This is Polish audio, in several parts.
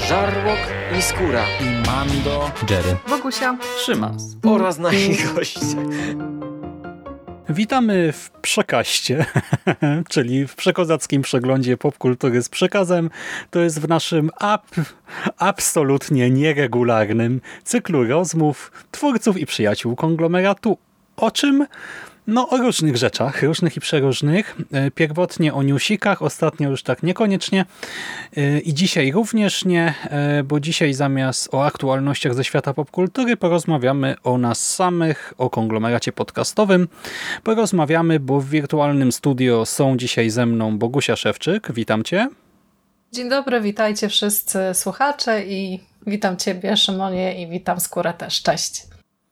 Żarłok i Skóra i Mando, Jerry, Bogusia, Szymas oraz nasi goście. Witamy w Przekaście, czyli w przekozackim przeglądzie popkultury z przekazem. To jest w naszym absolutnie nieregularnym cyklu rozmów twórców i przyjaciół konglomeratu. O czym? No o różnych rzeczach, różnych i przeróżnych. Pierwotnie o newsikach, ostatnio już tak niekoniecznie. I dzisiaj również nie, bo dzisiaj zamiast o aktualnościach ze świata popkultury porozmawiamy o nas samych, o konglomeracie podcastowym. Porozmawiamy, bo w wirtualnym studio są dzisiaj ze mną Bogusia Szewczyk. Witam Cię. Dzień dobry, witajcie wszyscy słuchacze i witam Ciebie, Szymonie, i witam Skórę też. Cześć.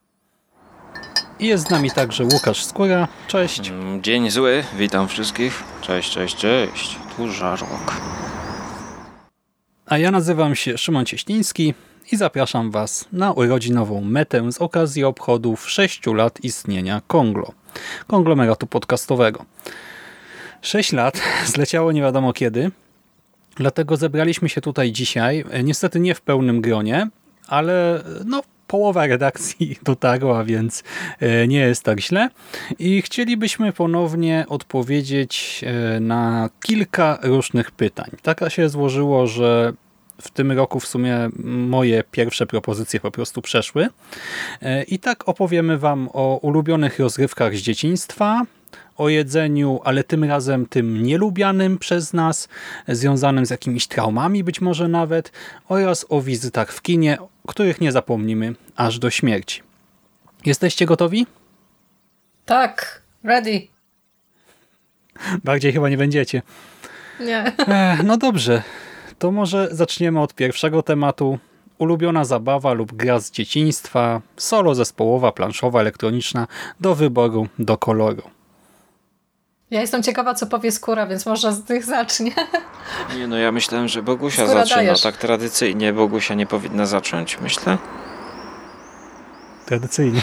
I jest z nami także Łukasz Skóra. Cześć. Dzień zły, witam wszystkich. Cześć, cześć, cześć. Tu Żarłok. A ja nazywam się Szymon Cieśliński i zapraszam Was na urodzinową metę z okazji obchodów 6 lat istnienia konglomeratu podcastowego. 6 lat zleciało nie wiadomo kiedy, dlatego zebraliśmy się tutaj dzisiaj, niestety nie w pełnym gronie, ale połowa redakcji dotarła, więc nie jest tak źle. I chcielibyśmy ponownie odpowiedzieć na kilka różnych pytań. Tak się złożyło, że w tym roku w sumie moje pierwsze propozycje po prostu przeszły. I tak opowiemy Wam o ulubionych rozrywkach z dzieciństwa, o jedzeniu, ale tym razem tym nielubianym przez nas, związanym z jakimiś traumami być może nawet, oraz o wizytach w kinie, których nie zapomnimy aż do śmierci. Jesteście gotowi? Tak, ready. Bardziej chyba nie będziecie. Nie. No dobrze, to może zaczniemy od pierwszego tematu. Ulubiona zabawa lub gra z dzieciństwa, solo, zespołowa, planszowa, elektroniczna, do wyboru, do koloru. Ja jestem ciekawa, co powie Skóra, więc może z tych zacznie. Nie no, ja myślałem, że Bogusia Skóra zaczyna. dajesz. Tak tradycyjnie Bogusia nie powinna zacząć, myślę. Tradycyjnie.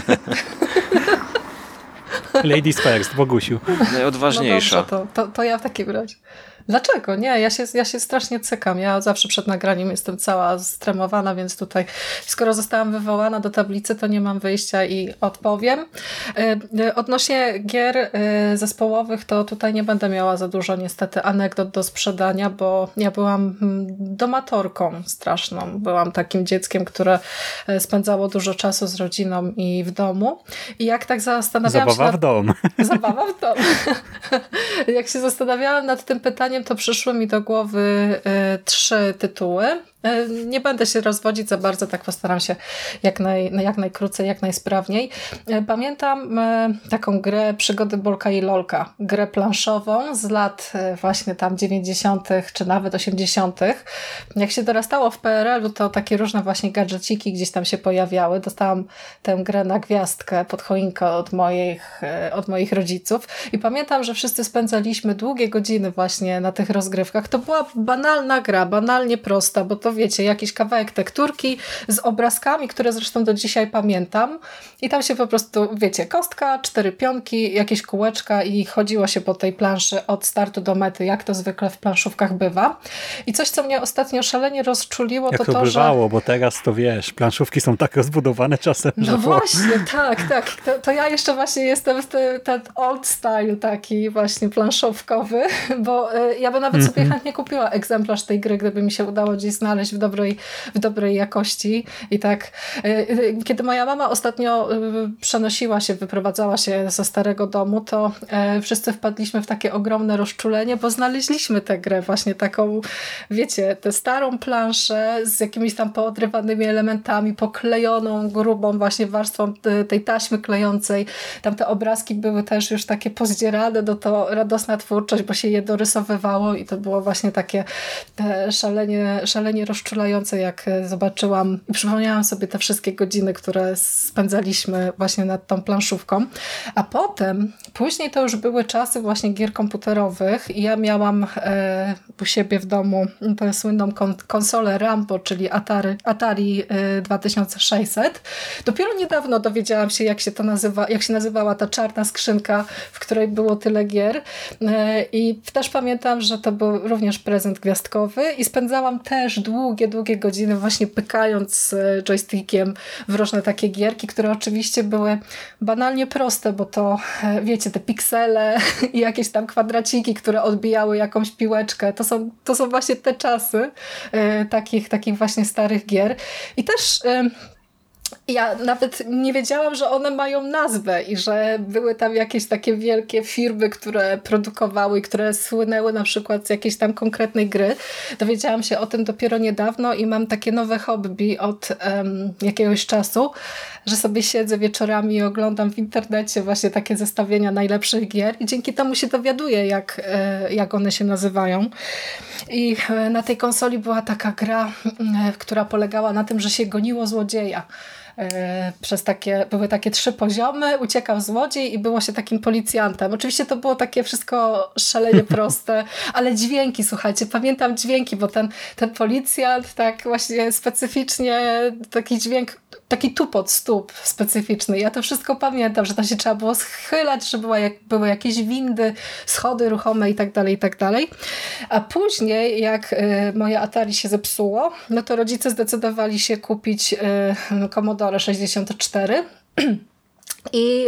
Ladies first, Bogusiu. Najodważniejsza. No dobrze, to ja w takim razie. Dlaczego? Nie, ja się strasznie cykam. Ja zawsze przed nagraniem jestem cała stremowana, więc tutaj skoro zostałam wywołana do tablicy, to nie mam wyjścia i odpowiem. Odnośnie gier zespołowych, to tutaj nie będę miała za dużo niestety anegdot do sprzedania, bo ja byłam domatorką straszną. Byłam takim dzieckiem, które spędzało dużo czasu z rodziną i w domu. I jak tak zastanawiałam Zabawa się w dom. Zabawa w domu. Jak się zastanawiałam nad tym pytaniem, to przyszły mi do głowy 3 tytuły. Nie będę się rozwodzić za bardzo, tak postaram się jak najkrócej, jak najsprawniej. Pamiętam taką grę Przygody Bolka i Lolka, grę planszową z lat właśnie tam 90. czy nawet 80. Jak się dorastało w PRL-u, to takie różne właśnie gadżeciki gdzieś tam się pojawiały. Dostałam tę grę na gwiazdkę pod choinkę od moich rodziców i pamiętam, że wszyscy spędzaliśmy długie godziny właśnie na tych rozgrywkach. To była banalna gra, banalnie prosta, bo to wiecie, jakiś kawałek tekturki z obrazkami, które zresztą do dzisiaj pamiętam i tam się po prostu, wiecie, kostka, 4 pionki, jakieś kółeczka i chodziło się po tej planszy od startu do mety, jak to zwykle w planszówkach bywa. I coś, co mnie ostatnio szalenie rozczuliło, Jak to to, bywało, że... bo teraz to wiesz, planszówki są tak rozbudowane czasem, że... No właśnie, tak. To ja jeszcze właśnie jestem w ten old style taki właśnie planszówkowy, bo ja bym nawet sobie chętnie kupiła egzemplarz tej gry, gdyby mi się udało gdzieś znaleźć w dobrej jakości. I tak, kiedy moja mama ostatnio wyprowadzała się ze starego domu, to wszyscy wpadliśmy w takie ogromne rozczulenie, bo znaleźliśmy tę grę właśnie taką, wiecie, tę starą planszę z jakimiś tam poodrywanymi elementami, poklejoną grubą właśnie warstwą tej taśmy klejącej. Tam te obrazki były też już takie pozdzierane, to radosna twórczość, bo się je dorysowywało i to było właśnie takie szalenie rozczulające, jak zobaczyłam i przypomniałam sobie te wszystkie godziny, które spędzaliśmy właśnie nad tą planszówką. A później to już były czasy właśnie gier komputerowych i ja miałam u siebie w domu tę słynną konsolę Rambo, czyli Atari 2600. Dopiero niedawno dowiedziałam się, jak się nazywała ta czarna skrzynka, w której było tyle gier. I też pamiętam, że to był również prezent gwiazdkowy i spędzałam też długie godziny właśnie pykając joystickiem w różne takie gierki, które oczywiście były banalnie proste, bo to wiecie, te piksele i jakieś tam kwadraciki, które odbijały jakąś piłeczkę. To są właśnie te czasy takich właśnie starych gier. I też ja nawet nie wiedziałam, że one mają nazwę i że były tam jakieś takie wielkie firmy, które produkowały i które słynęły na przykład z jakiejś tam konkretnej gry. Dowiedziałam się o tym dopiero niedawno i mam takie nowe hobby od jakiegoś czasu, że sobie siedzę wieczorami i oglądam w internecie właśnie takie zestawienia najlepszych gier i dzięki temu się dowiaduję, jak one się nazywają. I na tej konsoli była taka gra, która polegała na tym, że się goniło złodzieja. Były takie 3 poziomy, uciekał złodziej i było się takim policjantem. Oczywiście to było takie wszystko szalenie proste, ale dźwięki, słuchajcie, pamiętam dźwięki, bo ten policjant tak właśnie specyficznie, taki dźwięk, taki tupot stóp specyficzny. Ja to wszystko pamiętam, że tam się trzeba było schylać, że były jakieś windy, schody ruchome i tak dalej. A później, jak moje Atari się zepsuło, no to rodzice zdecydowali się kupić Commodore 64 i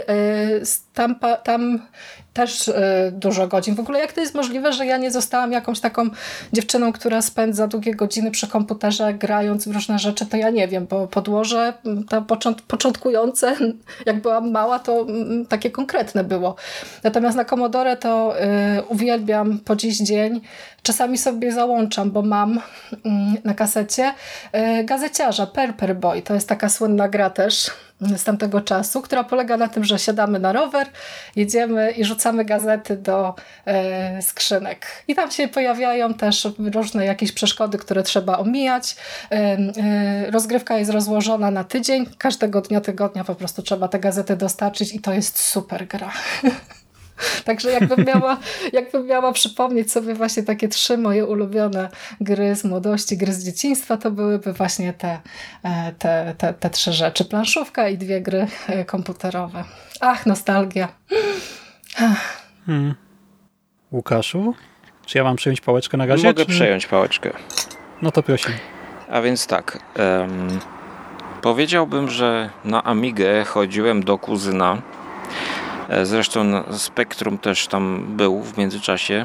tam też dużo godzin. W ogóle jak to jest możliwe, że ja nie zostałam jakąś taką dziewczyną, która spędza długie godziny przy komputerze grając w różne rzeczy, to ja nie wiem, bo podłoże to początkujące, jak byłam mała, to takie konkretne było. Natomiast na Commodore to uwielbiam po dziś dzień. Czasami sobie załączam, bo mam na kasecie gazeciarza Paper Boy. To jest taka słynna gra też z tamtego czasu, która polega na tym, że siadamy na rower, jedziemy i rzucamy gazety do skrzynek. I tam się pojawiają też różne jakieś przeszkody, które trzeba omijać. Rozgrywka jest rozłożona na tydzień. Każdego dnia tygodnia po prostu trzeba te gazety dostarczyć i to jest super gra. Także jakbym miała przypomnieć sobie właśnie takie 3 moje ulubione gry z młodości, gry z dzieciństwa, to byłyby właśnie te 3 rzeczy. Planszówka i 2 gry komputerowe. Ach, nostalgia. Łukaszu, czy ja mam przejąć pałeczkę na razie? Mogę przejąć pałeczkę. No to prosimy. A więc tak, powiedziałbym, że na Amigę chodziłem do kuzyna. Zresztą Spektrum też tam był w międzyczasie.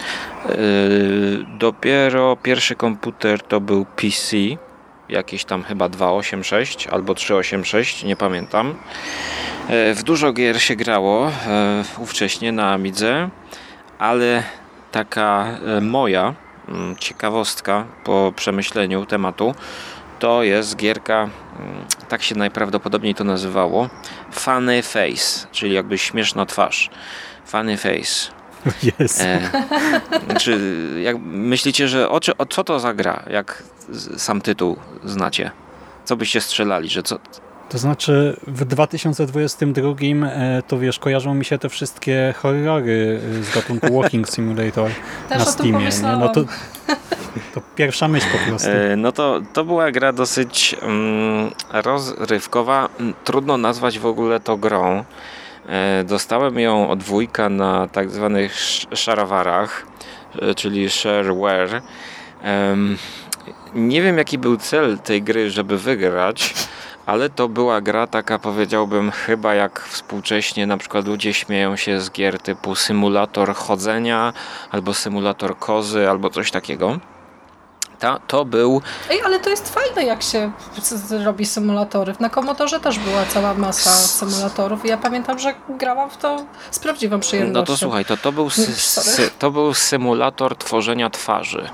Dopiero pierwszy komputer to był PC, jakieś tam chyba 286 albo 386, nie pamiętam. W dużo gier się grało ówcześnie na Amidze, ale taka moja ciekawostka po przemyśleniu tematu to jest gierka, tak się najprawdopodobniej to nazywało, Funny Face, czyli jakby śmieszna twarz. Funny Face. Jest. Czy jak myślicie, że co to za gra, jak sam tytuł znacie? Co byście strzelali, że co? To znaczy w 2022 to wiesz, kojarzą mi się te wszystkie horrory z gatunku Walking Simulator też na Steamie. Nie? No to pierwsza myśl po prostu. No to była gra dosyć rozrywkowa. Trudno nazwać w ogóle to grą. Dostałem ją od wujka na tak zwanych sharewarach, czyli shareware. Nie wiem, jaki był cel tej gry, żeby wygrać, ale to była gra taka, powiedziałbym, chyba jak współcześnie na przykład ludzie śmieją się z gier typu symulator chodzenia albo symulator kozy albo coś takiego. To był... ale to jest fajne, jak się robi symulatory. Na Commodore też była cała masa symulatorów i ja pamiętam, że grałam w to z prawdziwą przyjemnością. No to słuchaj, to był symulator tworzenia twarzy.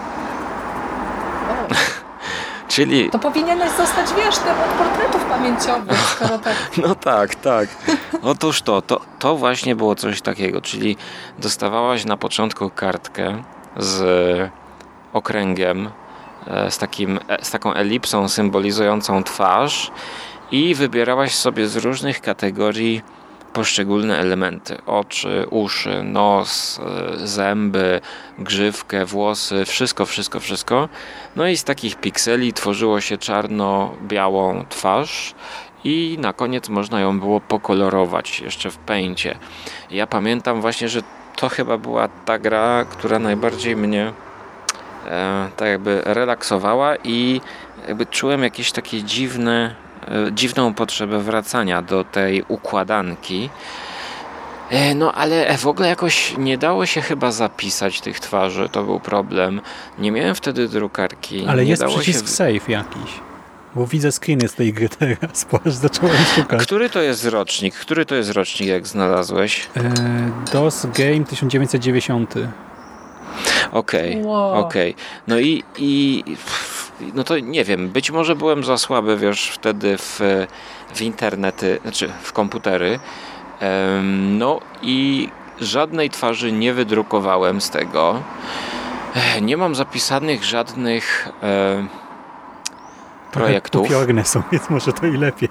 Czyli... To powinieneś zostać, wiesz, tym od portretów pamięciowych, skoro tak... No tak. Otóż to właśnie było coś takiego, czyli dostawałaś na początku kartkę z okręgiem, z taką elipsą symbolizującą twarz i wybierałaś sobie z różnych kategorii poszczególne elementy. Oczy, uszy, nos, zęby, grzywkę, włosy, wszystko. No i z takich pikseli tworzyło się czarno-białą twarz i na koniec można ją było pokolorować jeszcze w Paincie. Ja pamiętam właśnie, że to chyba była ta gra, która najbardziej mnie tak jakby relaksowała i jakby czułem jakieś takie dziwną potrzebę wracania do tej układanki. No ale w ogóle jakoś nie dało się chyba zapisać tych twarzy, to był problem. Nie miałem wtedy drukarki. Ale nie jest dało przycisk się... save jakiś. Bo widzę screeny z tej gry teraz, bo aż zacząłem szukać. Który to jest rocznik, jak znalazłeś? DOS Game 1990. Okej. Wow. No i no to nie wiem, być może byłem za słaby, wiesz, wtedy w internety, znaczy w komputery. No i żadnej twarzy nie wydrukowałem z tego. Nie mam zapisanych żadnych projektów. Upiorne są, więc może to i lepiej.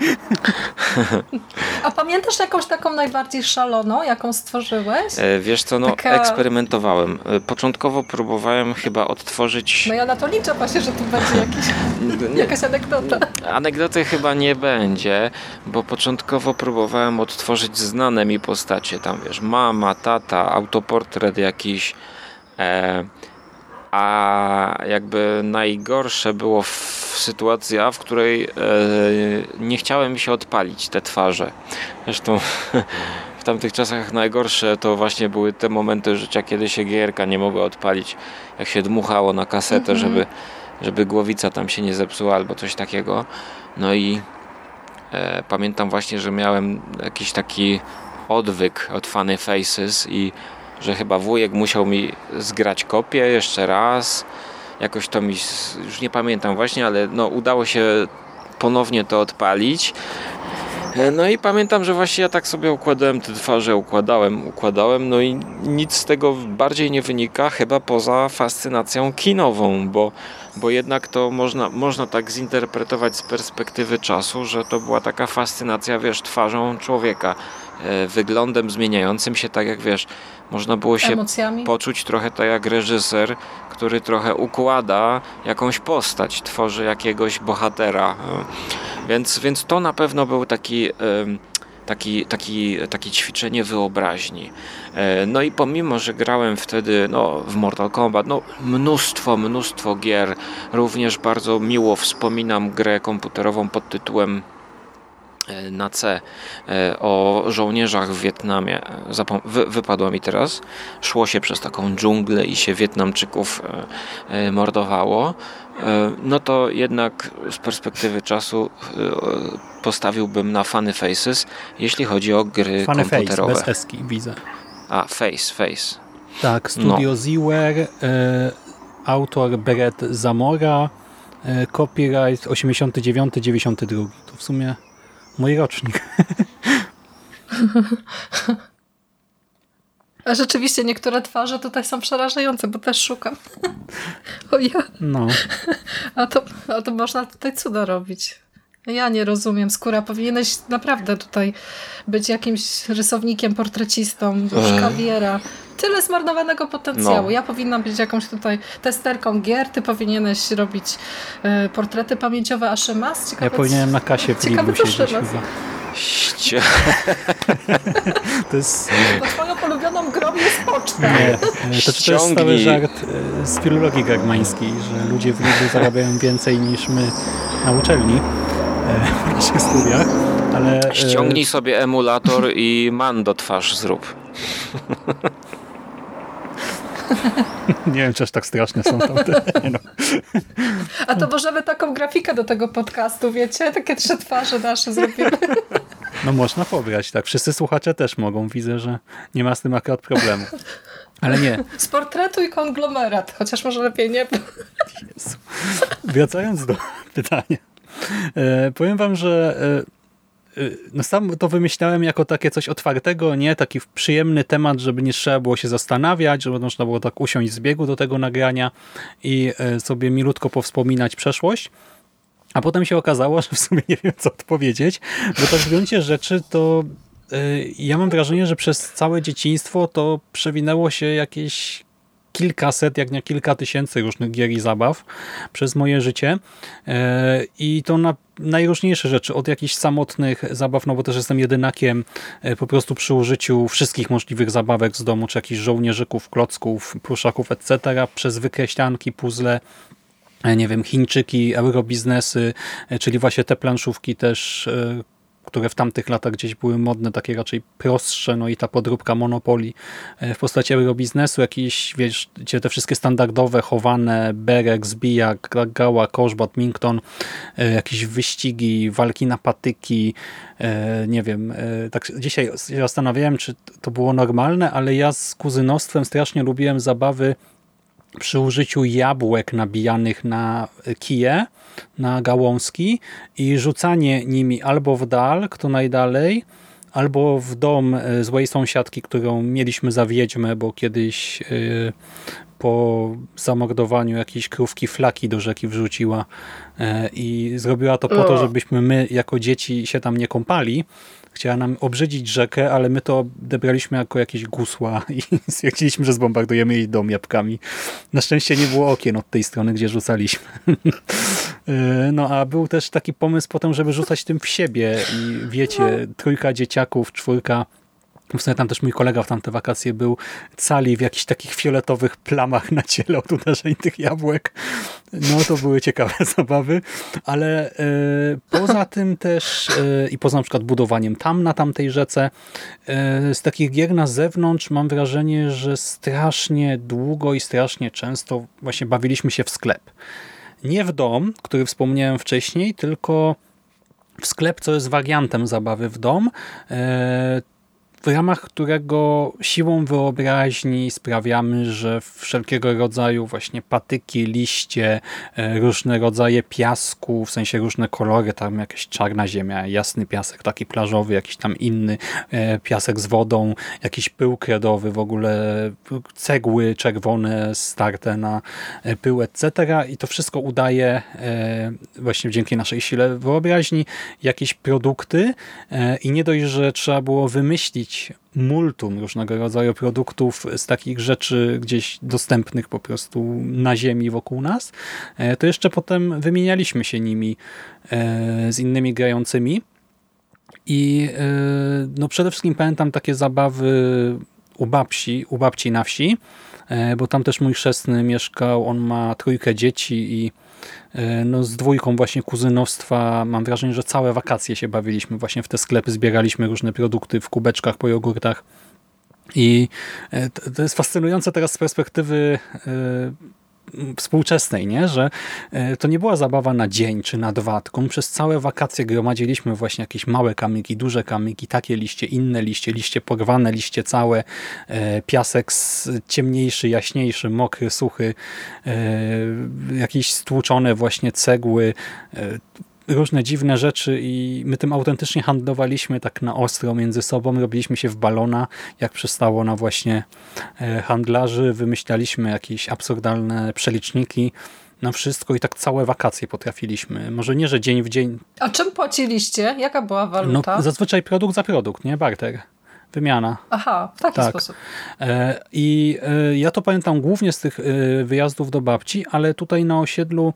A pamiętasz jakąś taką najbardziej szaloną, jaką stworzyłeś? Wiesz co, no eksperymentowałem. Początkowo próbowałem chyba odtworzyć... No ja na to liczę właśnie, że tu będzie jakaś anegdota. Anegdoty chyba nie będzie, bo początkowo próbowałem odtworzyć znane mi postacie. Tam wiesz, mama, tata, autoportret jakiś. A jakby najgorsze było sytuacja, w której nie chciałem się odpalić te twarze. Zresztą w tamtych czasach najgorsze to właśnie były te momenty życia, kiedy się gierka nie mogła odpalić. Jak się dmuchało na kasetę, żeby głowica tam się nie zepsuła albo coś takiego. No i pamiętam właśnie, że miałem jakiś taki odwyk od Funny Faces i że chyba wujek musiał mi zgrać kopię jeszcze raz. Jakoś to mi, już nie pamiętam właśnie, ale no udało się ponownie to odpalić. No i pamiętam, że właśnie ja tak sobie układałem te twarze, układałem, no i nic z tego bardziej nie wynika, chyba poza fascynacją kinową, bo jednak to można tak zinterpretować z perspektywy czasu, że to była taka fascynacja, wiesz, twarzą człowieka, wyglądem zmieniającym się, tak jak wiesz, można było się emocjami poczuć trochę tak jak reżyser, który trochę układa jakąś postać, tworzy jakiegoś bohatera. Więc to na pewno był takie ćwiczenie wyobraźni. No i pomimo, że grałem wtedy w Mortal Kombat, mnóstwo gier, również bardzo miło wspominam grę komputerową pod tytułem na C o żołnierzach w Wietnamie. Wypadła mi teraz. Szło się przez taką dżunglę i się Wietnamczyków mordowało. No to jednak z perspektywy czasu postawiłbym na Funny Faces, jeśli chodzi o gry Funny komputerowe. Face, bez eski, widzę. A, Face. Tak, Studio Ziware, autor Beret Zamora, copyright 89-92. To w sumie mój rocznik. A rzeczywiście niektóre twarze tutaj są przerażające, bo też szukam. O ja. No. A to można tutaj cuda robić. Ja nie rozumiem. Skóra, powinieneś naprawdę tutaj być jakimś rysownikiem, portrecistą, szkawiera. Tyle zmarnowanego potencjału. Ja powinnam być jakąś tutaj testerką gier, ty powinieneś robić portrety pamięciowe Aszymas. Ja powinienem na kasie w Lidlu siedzieć chyba. To jest... Bo twoją polubioną grą jest poczta. Nie, to jest stały żart z filologii germańskiej, że ludzie w Lidlu zarabiają więcej niż my na uczelni w naszych studiach, ale... Ściągnij sobie emulator i Mando twarz zrób. Nie wiem, czy aż tak straszne są tamte. No. A to możemy taką grafikę do tego podcastu, wiecie? Takie 3 twarze nasze zrobimy. No można pobrać, tak. Wszyscy słuchacze też mogą. Widzę, że nie ma z tym akurat problemu. Ale nie. Z portretu i konglomerat, chociaż może lepiej nie. Jezu. Wracając do pytania. Powiem wam, że sam to wymyślałem jako takie coś otwartego, nie? Taki przyjemny temat, żeby nie trzeba było się zastanawiać, żeby można było tak usiąść z biegu do tego nagrania i sobie milutko powspominać przeszłość. A potem się okazało, że w sumie nie wiem, co odpowiedzieć, bo tak w gruncie rzeczy to ja mam wrażenie, że przez całe dzieciństwo to przewinęło się jakieś kilkaset, jak nie kilka tysięcy różnych gier i zabaw przez moje życie i to na najróżniejsze rzeczy, od jakichś samotnych zabaw, no bo też jestem jedynakiem, po prostu przy użyciu wszystkich możliwych zabawek z domu, czy jakichś żołnierzyków, klocków, pluszaków, etc., przez wykreślanki, puzzle, nie wiem, Chińczyki, eurobiznesy, czyli właśnie te planszówki też, które w tamtych latach gdzieś były modne, takie raczej prostsze, no i ta podróbka Monopoli w postaci eurobiznesu, jakieś, wiesz, te wszystkie standardowe, chowane, berek, zbijak, gała, kosz, badminton, jakieś wyścigi, walki na patyki, nie wiem, tak dzisiaj się zastanawiałem, czy to było normalne, ale ja z kuzynostwem strasznie lubiłem zabawy przy użyciu jabłek nabijanych na kije, na gałązki i rzucanie nimi albo w dal, kto najdalej, albo w dom złej sąsiadki, którą mieliśmy za wiedźmę, bo kiedyś po zamordowaniu jakiejś krówki flaki do rzeki wrzuciła i zrobiła to po to, żebyśmy my jako dzieci się tam nie kąpali. Chciała nam obrzydzić rzekę, ale my to odebraliśmy jako jakieś gusła i stwierdziliśmy, że zbombardujemy jej dom jabłkami. Na szczęście nie było okien od tej strony, gdzie rzucaliśmy. No a był też taki pomysł potem, żeby rzucać tym w siebie i wiecie, 3 dzieciaków, 4. W sumie tam też mój kolega w tamte wakacje był cali w jakichś takich fioletowych plamach na ciele od uderzeń tych jabłek. No to były ciekawe zabawy, ale poza tym też i poza na przykład budowaniem tam na tamtej rzece, z takich gier na zewnątrz mam wrażenie, że strasznie długo i strasznie często właśnie bawiliśmy się w sklep. Nie w dom, który wspomniałem wcześniej, tylko w sklep, co jest wariantem zabawy w dom, w ramach którego siłą wyobraźni sprawiamy, że wszelkiego rodzaju właśnie patyki, liście, różne rodzaje piasku, w sensie różne kolory, tam jakaś czarna ziemia, jasny piasek, taki plażowy, jakiś tam inny piasek z wodą, jakiś pył kredowy, w ogóle cegły czerwone starte na pył, etc. I to wszystko udaje właśnie dzięki naszej sile wyobraźni jakieś produkty i nie dość, że trzeba było wymyślić multum różnego rodzaju produktów z takich rzeczy gdzieś dostępnych po prostu na ziemi wokół nas, to jeszcze potem wymienialiśmy się nimi z innymi grającymi i no przede wszystkim pamiętam takie zabawy u babci na wsi, bo tam też mój chrzestny mieszkał, on ma 3 dzieci i no z 2 właśnie kuzynostwa mam wrażenie, że całe wakacje się bawiliśmy właśnie w te sklepy, zbieraliśmy różne produkty w kubeczkach po jogurtach i to jest fascynujące teraz z perspektywy współczesnej, nie? Że to nie była zabawa na dzień czy na 2, tylko my przez całe wakacje gromadziliśmy właśnie jakieś małe kamyki, duże kamyki, takie liście, inne liście, liście porwane, liście całe, piasek ciemniejszy, jaśniejszy, mokry, suchy, jakieś stłuczone właśnie cegły, różne dziwne rzeczy i my tym autentycznie handlowaliśmy tak na ostro między sobą, robiliśmy się w balona, jak przystało na właśnie handlarzy, wymyślaliśmy jakieś absurdalne przeliczniki na wszystko i tak całe wakacje potrafiliśmy. Może nie, że dzień w dzień. A czym płaciliście? Jaka była waluta? No, zazwyczaj produkt za produkt, nie? Barter. Wymiana. Aha, w taki sposób. I ja to pamiętam głównie z tych wyjazdów do babci, ale tutaj na osiedlu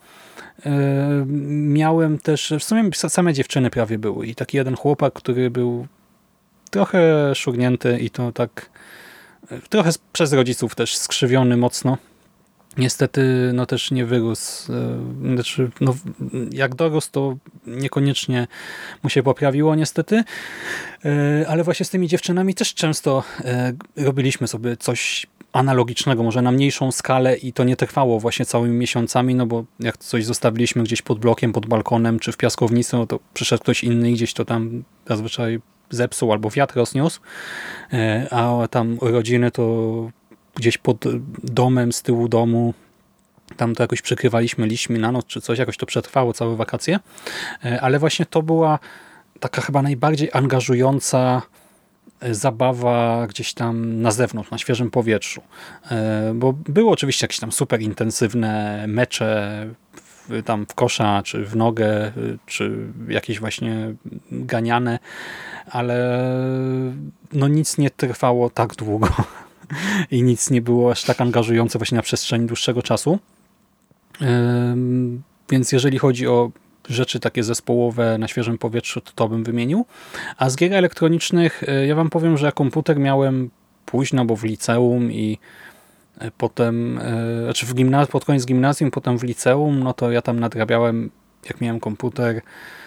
miałem też, w sumie same dziewczyny prawie były i taki jeden chłopak, który był trochę szurnięty i to tak trochę przez rodziców też skrzywiony mocno. Niestety no też nie wyrósł. Znaczy, no, jak dorósł, to niekoniecznie mu się poprawiło niestety. Ale właśnie z tymi dziewczynami też często robiliśmy sobie coś analogicznego, może na mniejszą skalę i to nie trwało właśnie całymi miesiącami, no bo jak coś zostawiliśmy gdzieś pod blokiem, pod balkonem czy w piaskownicy, no to przyszedł ktoś inny i gdzieś to tam zazwyczaj zepsuł albo wiatr rozniósł, a tam urodziny to gdzieś pod domem, z tyłu domu, tam to jakoś przykrywaliśmy liśćmi na noc czy coś, jakoś to przetrwało całe wakacje, ale właśnie to była taka chyba najbardziej angażująca zabawa gdzieś tam na zewnątrz, na świeżym powietrzu. Bo były oczywiście jakieś tam super intensywne mecze tam w kosza, czy w nogę, czy jakieś właśnie ganiane, ale no nic nie trwało tak długo i nic nie było aż tak angażujące właśnie na przestrzeni dłuższego czasu. Więc jeżeli chodzi o rzeczy takie zespołowe na świeżym powietrzu, to bym wymienił. A z gier elektronicznych ja wam powiem, że ja komputer miałem późno, bo w liceum i potem, znaczy pod koniec gimnazjum, potem w liceum, no to ja tam nadrabiałem, jak miałem komputer,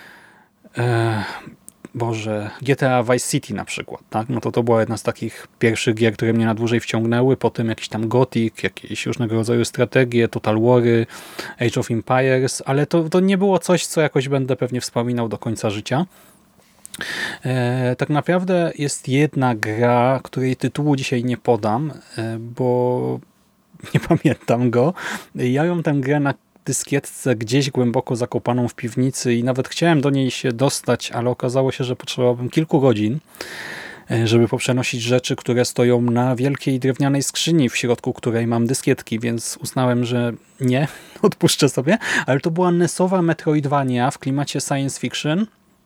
GTA Vice City na przykład, tak? No to była jedna z takich pierwszych gier, które mnie na dłużej wciągnęły, potem jakiś tam Gothic, jakieś różnego rodzaju strategie, Total Wary, Age of Empires, ale to nie było coś, co jakoś będę pewnie wspominał do końca życia. Tak naprawdę jest jedna gra, której tytułu dzisiaj nie podam, bo nie pamiętam go. Ja ją tę grę na dyskietce gdzieś głęboko zakopaną w piwnicy i nawet chciałem do niej się dostać, ale okazało się, że potrzebowałbym kilku godzin, żeby poprzenosić rzeczy, które stoją na wielkiej drewnianej skrzyni, w środku której mam dyskietki, więc uznałem, że nie, odpuszczę sobie, ale to była NES-owa Metroidvania w klimacie science fiction,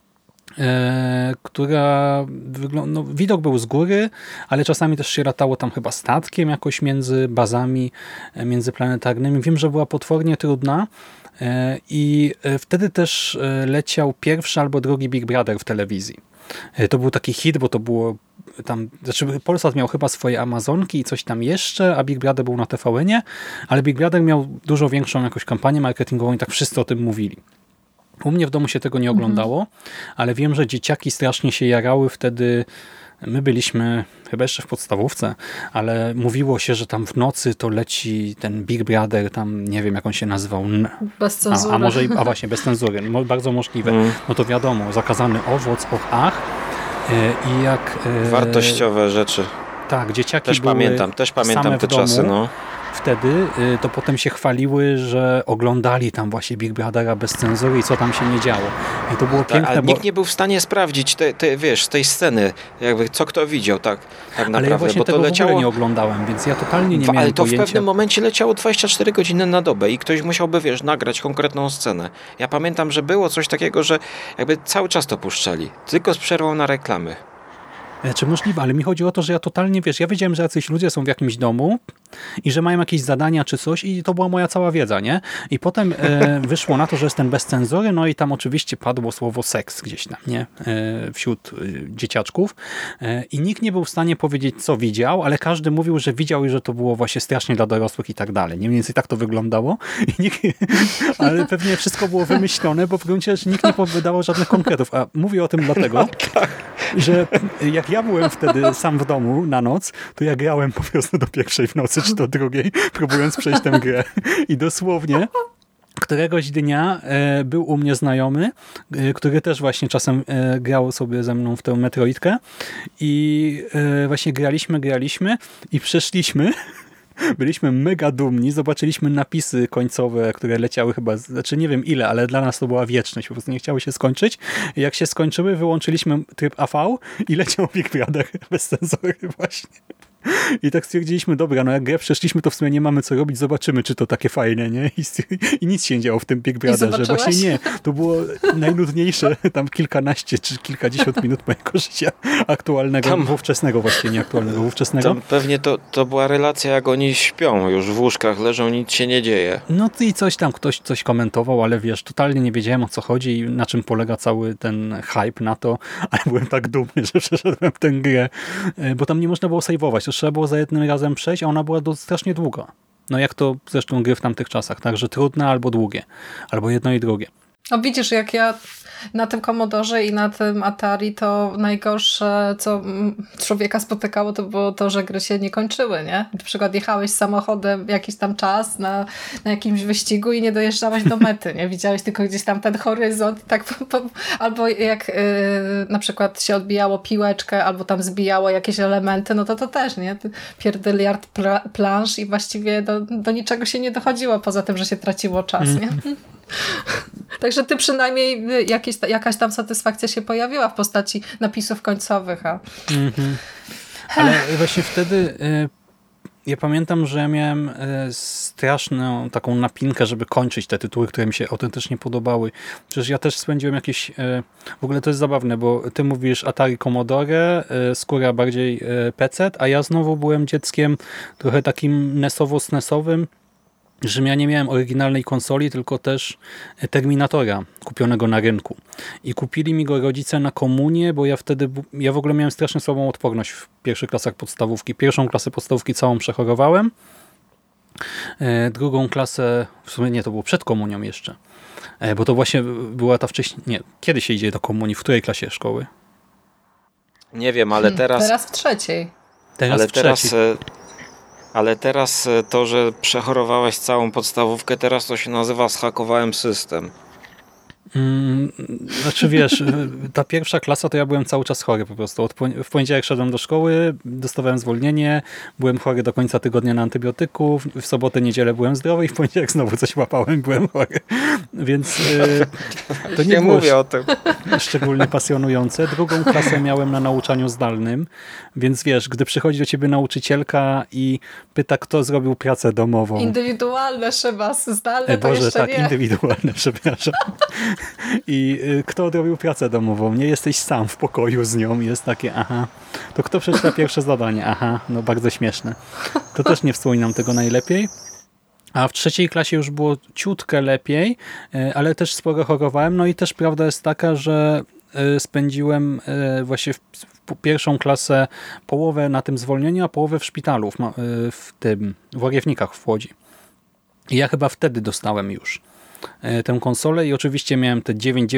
która widok był z góry, ale czasami też się latało tam chyba statkiem jakoś między bazami międzyplanetarnymi. Wiem, że była potwornie trudna i wtedy też leciał pierwszy albo drugi Big Brother w telewizji. To był taki hit, bo to było tam, znaczy Polsat miał chyba swoje Amazonki i coś tam jeszcze, a Big Brother był na TVN-ie, ale Big Brother miał dużo większą jakąś kampanię marketingową i tak wszyscy o tym mówili. U mnie w domu się tego nie oglądało, ale wiem, że dzieciaki strasznie się jarały wtedy. My byliśmy chyba jeszcze w podstawówce, ale mówiło się, że tam w nocy to leci ten Big Brother, tam nie wiem jak on się nazywał. Bez cenzury. A właśnie, bez cenzury. Bardzo możliwe. No to wiadomo, zakazany owoc, i jak... Wartościowe rzeczy. Tak, dzieciaki też były też pamiętam te domu. czasy, no. Wtedy to potem się chwaliły, że oglądali tam właśnie Big Brothera bez cenzury i co tam się nie działo. I to było piękne, ale nikt nie był w stanie sprawdzić z tej sceny, jakby co kto widział, tak naprawdę. Ale ja właśnie bo tego to leciało... w ogóle nie oglądałem, więc ja totalnie nie miałem Ale to pojęcia. w pewnym momencie leciało 24 godziny na dobę i ktoś musiałby, nagrać konkretną scenę. Ja pamiętam, że było coś takiego, że jakby cały czas to puszczali, tylko z przerwą na reklamy. Czy możliwe, ale mi chodzi o to, że ja totalnie, ja wiedziałem, że jacyś ludzie są w jakimś domu i że mają jakieś zadania czy coś i to była moja cała wiedza, nie? I potem wyszło na to, że jestem bez cenzury, no i tam oczywiście padło słowo seks gdzieś tam, nie? Wśród dzieciaczków i nikt nie był w stanie powiedzieć, co widział, ale każdy mówił, że widział i że to było właśnie strasznie dla dorosłych i tak dalej. Nie mniej więcej tak to wyglądało, ale pewnie wszystko było wymyślone, bo w gruncie rzeczy nikt nie wydawał żadnych konkretów, a mówię o tym dlatego, że jak ja byłem wtedy sam w domu na noc, to ja grałem po prostu do pierwszej w nocy, czy do drugiej, próbując przejść tę grę. I dosłownie któregoś dnia był u mnie znajomy, który też właśnie czasem grał sobie ze mną w tę Metroidkę i właśnie graliśmy i przeszliśmy. Byliśmy mega dumni, zobaczyliśmy napisy końcowe, które leciały chyba, znaczy nie wiem ile, ale dla nas to była wieczność, po prostu nie chciały się skończyć. I jak się skończyły, wyłączyliśmy tryb AV i leciał Big Brother bez cenzury właśnie. I tak stwierdziliśmy, dobra, no jak grę przeszliśmy, to w sumie nie mamy co robić, zobaczymy, czy to takie fajne, nie? I nic się nie działo w tym Big Brotherze. Właśnie nie. To było najnudniejsze, tam kilkanaście czy kilkadziesiąt minut mojego życia aktualnego, ówczesnego właśnie, nie aktualnego, ówczesnego. Tam pewnie to była relacja, jak oni śpią, już w łóżkach leżą, nic się nie dzieje. No i coś tam ktoś coś komentował, ale wiesz, totalnie nie wiedziałem o co chodzi i na czym polega cały ten hype na to, ale byłem tak dumny, że przeszedłem tę grę, bo tam nie można było save'ować. Trzeba było za jednym razem przejść, a ona była strasznie długa. No jak to zresztą gry w tamtych czasach, także trudne albo długie, albo jedno i drugie. No widzisz, jak ja na tym Commodorze i na tym Atari, to najgorsze, co człowieka spotykało, to było to, że gry się nie kończyły, nie? Na przykład jechałeś samochodem jakiś tam czas na jakimś wyścigu i nie dojeżdżałeś do mety, nie? Widziałeś tylko gdzieś tam ten horyzont, tak albo jak na przykład się odbijało piłeczkę, albo tam zbijało jakieś elementy, no to też, nie? Pierdyliard plansz i właściwie do niczego się nie dochodziło, poza tym, że się traciło czas, nie? Także ty przynajmniej jakaś tam satysfakcja się pojawiła w postaci napisów końcowych. Ale właśnie wtedy ja pamiętam, że ja miałem straszną taką napinkę, żeby kończyć te tytuły, które mi się autentycznie podobały. Przecież ja też spędziłem jakieś... W ogóle to jest zabawne, bo ty mówisz Atari Commodore, Skóra bardziej PC, a ja znowu byłem dzieckiem trochę takim NES-owo-SNES-owym, że ja nie miałem oryginalnej konsoli, tylko też Terminatora kupionego na rynku. I kupili mi go rodzice na komunię, bo ja w ogóle miałem strasznie słabą odporność w pierwszych klasach podstawówki. Pierwszą klasę podstawówki całą przechorowałem. Drugą klasę, w sumie nie, to było przed komunią jeszcze. Bo to właśnie była ta wcześniej... Nie, kiedy się idzie do komunii? W której klasie szkoły? Nie wiem, ale teraz... Teraz w trzeciej. Ale teraz to, że przechorowałeś całą podstawówkę, teraz to się nazywa zhakowałem system. Znaczy wiesz, ta pierwsza klasa to ja byłem cały czas chory po prostu. W poniedziałek szedłem do szkoły, dostawałem zwolnienie, byłem chory do końca tygodnia na antybiotyku, w sobotę, niedzielę byłem zdrowy i w poniedziałek znowu coś łapałem, byłem chory. Więc to nie było mówię o tym. szczególnie pasjonujące. Drugą klasę miałem na nauczaniu zdalnym, więc wiesz, gdy przychodzi do ciebie nauczycielka i pyta, kto zrobił pracę domową. Indywidualne chyba, zdalne to Boże, jeszcze tak, nie. indywidualne, przepraszam. I kto odrobił pracę domową? Nie jesteś sam w pokoju z nią. Jest takie, aha. To kto przeczyta pierwsze zadanie? Aha, no bardzo śmieszne. To też nie wspominam tego najlepiej. A w trzeciej klasie już było ciutkę lepiej, ale też sporo chorowałem. No i też prawda jest taka, że spędziłem właśnie w pierwszą klasę połowę na tym zwolnieniu, a połowę w szpitalu, w Łagiewnikach w Łodzi. I ja chyba wtedy dostałem już tę konsolę i oczywiście miałem te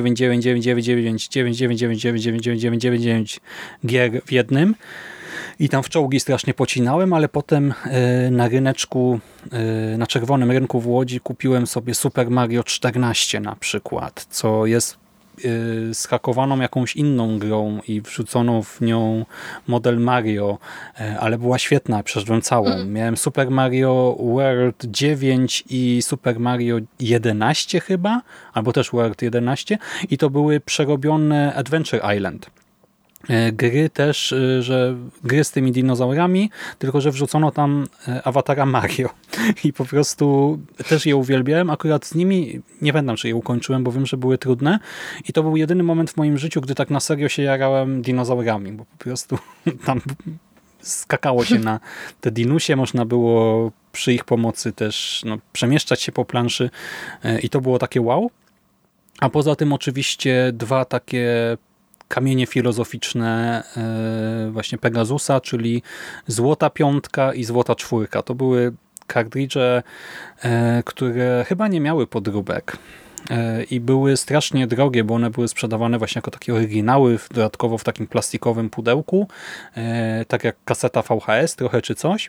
9 gier w jednym i tam w czołgi strasznie pocinałem, ale potem na ryneczku, na czerwonym rynku w Łodzi kupiłem sobie Super Mario 14 na przykład, co jest zhakowaną jakąś inną grą i wrzuconą w nią model Mario, ale była świetna, przeszedłem całą. Miałem Super Mario World 9 i Super Mario 11 chyba, albo też World 11 i to były przerobione Adventure Island. Gry też, że gry z tymi dinozaurami, tylko że wrzucono tam awatara Mario i po prostu też je uwielbiałem. Akurat z nimi nie pamiętam, czy je ukończyłem, bo wiem, że były trudne i to był jedyny moment w moim życiu, gdy tak na serio się jarałem dinozaurami, bo po prostu tam skakało się na te dinusie, można było przy ich pomocy też przemieszczać się po planszy i to było takie wow. A poza tym oczywiście dwa takie kamienie filozoficzne właśnie Pegasusa, czyli Złota Piątka i Złota Czwórka. To były kartridże, które chyba nie miały podróbek i były strasznie drogie, bo one były sprzedawane właśnie jako takie oryginały, dodatkowo w takim plastikowym pudełku, tak jak kaseta VHS trochę czy coś.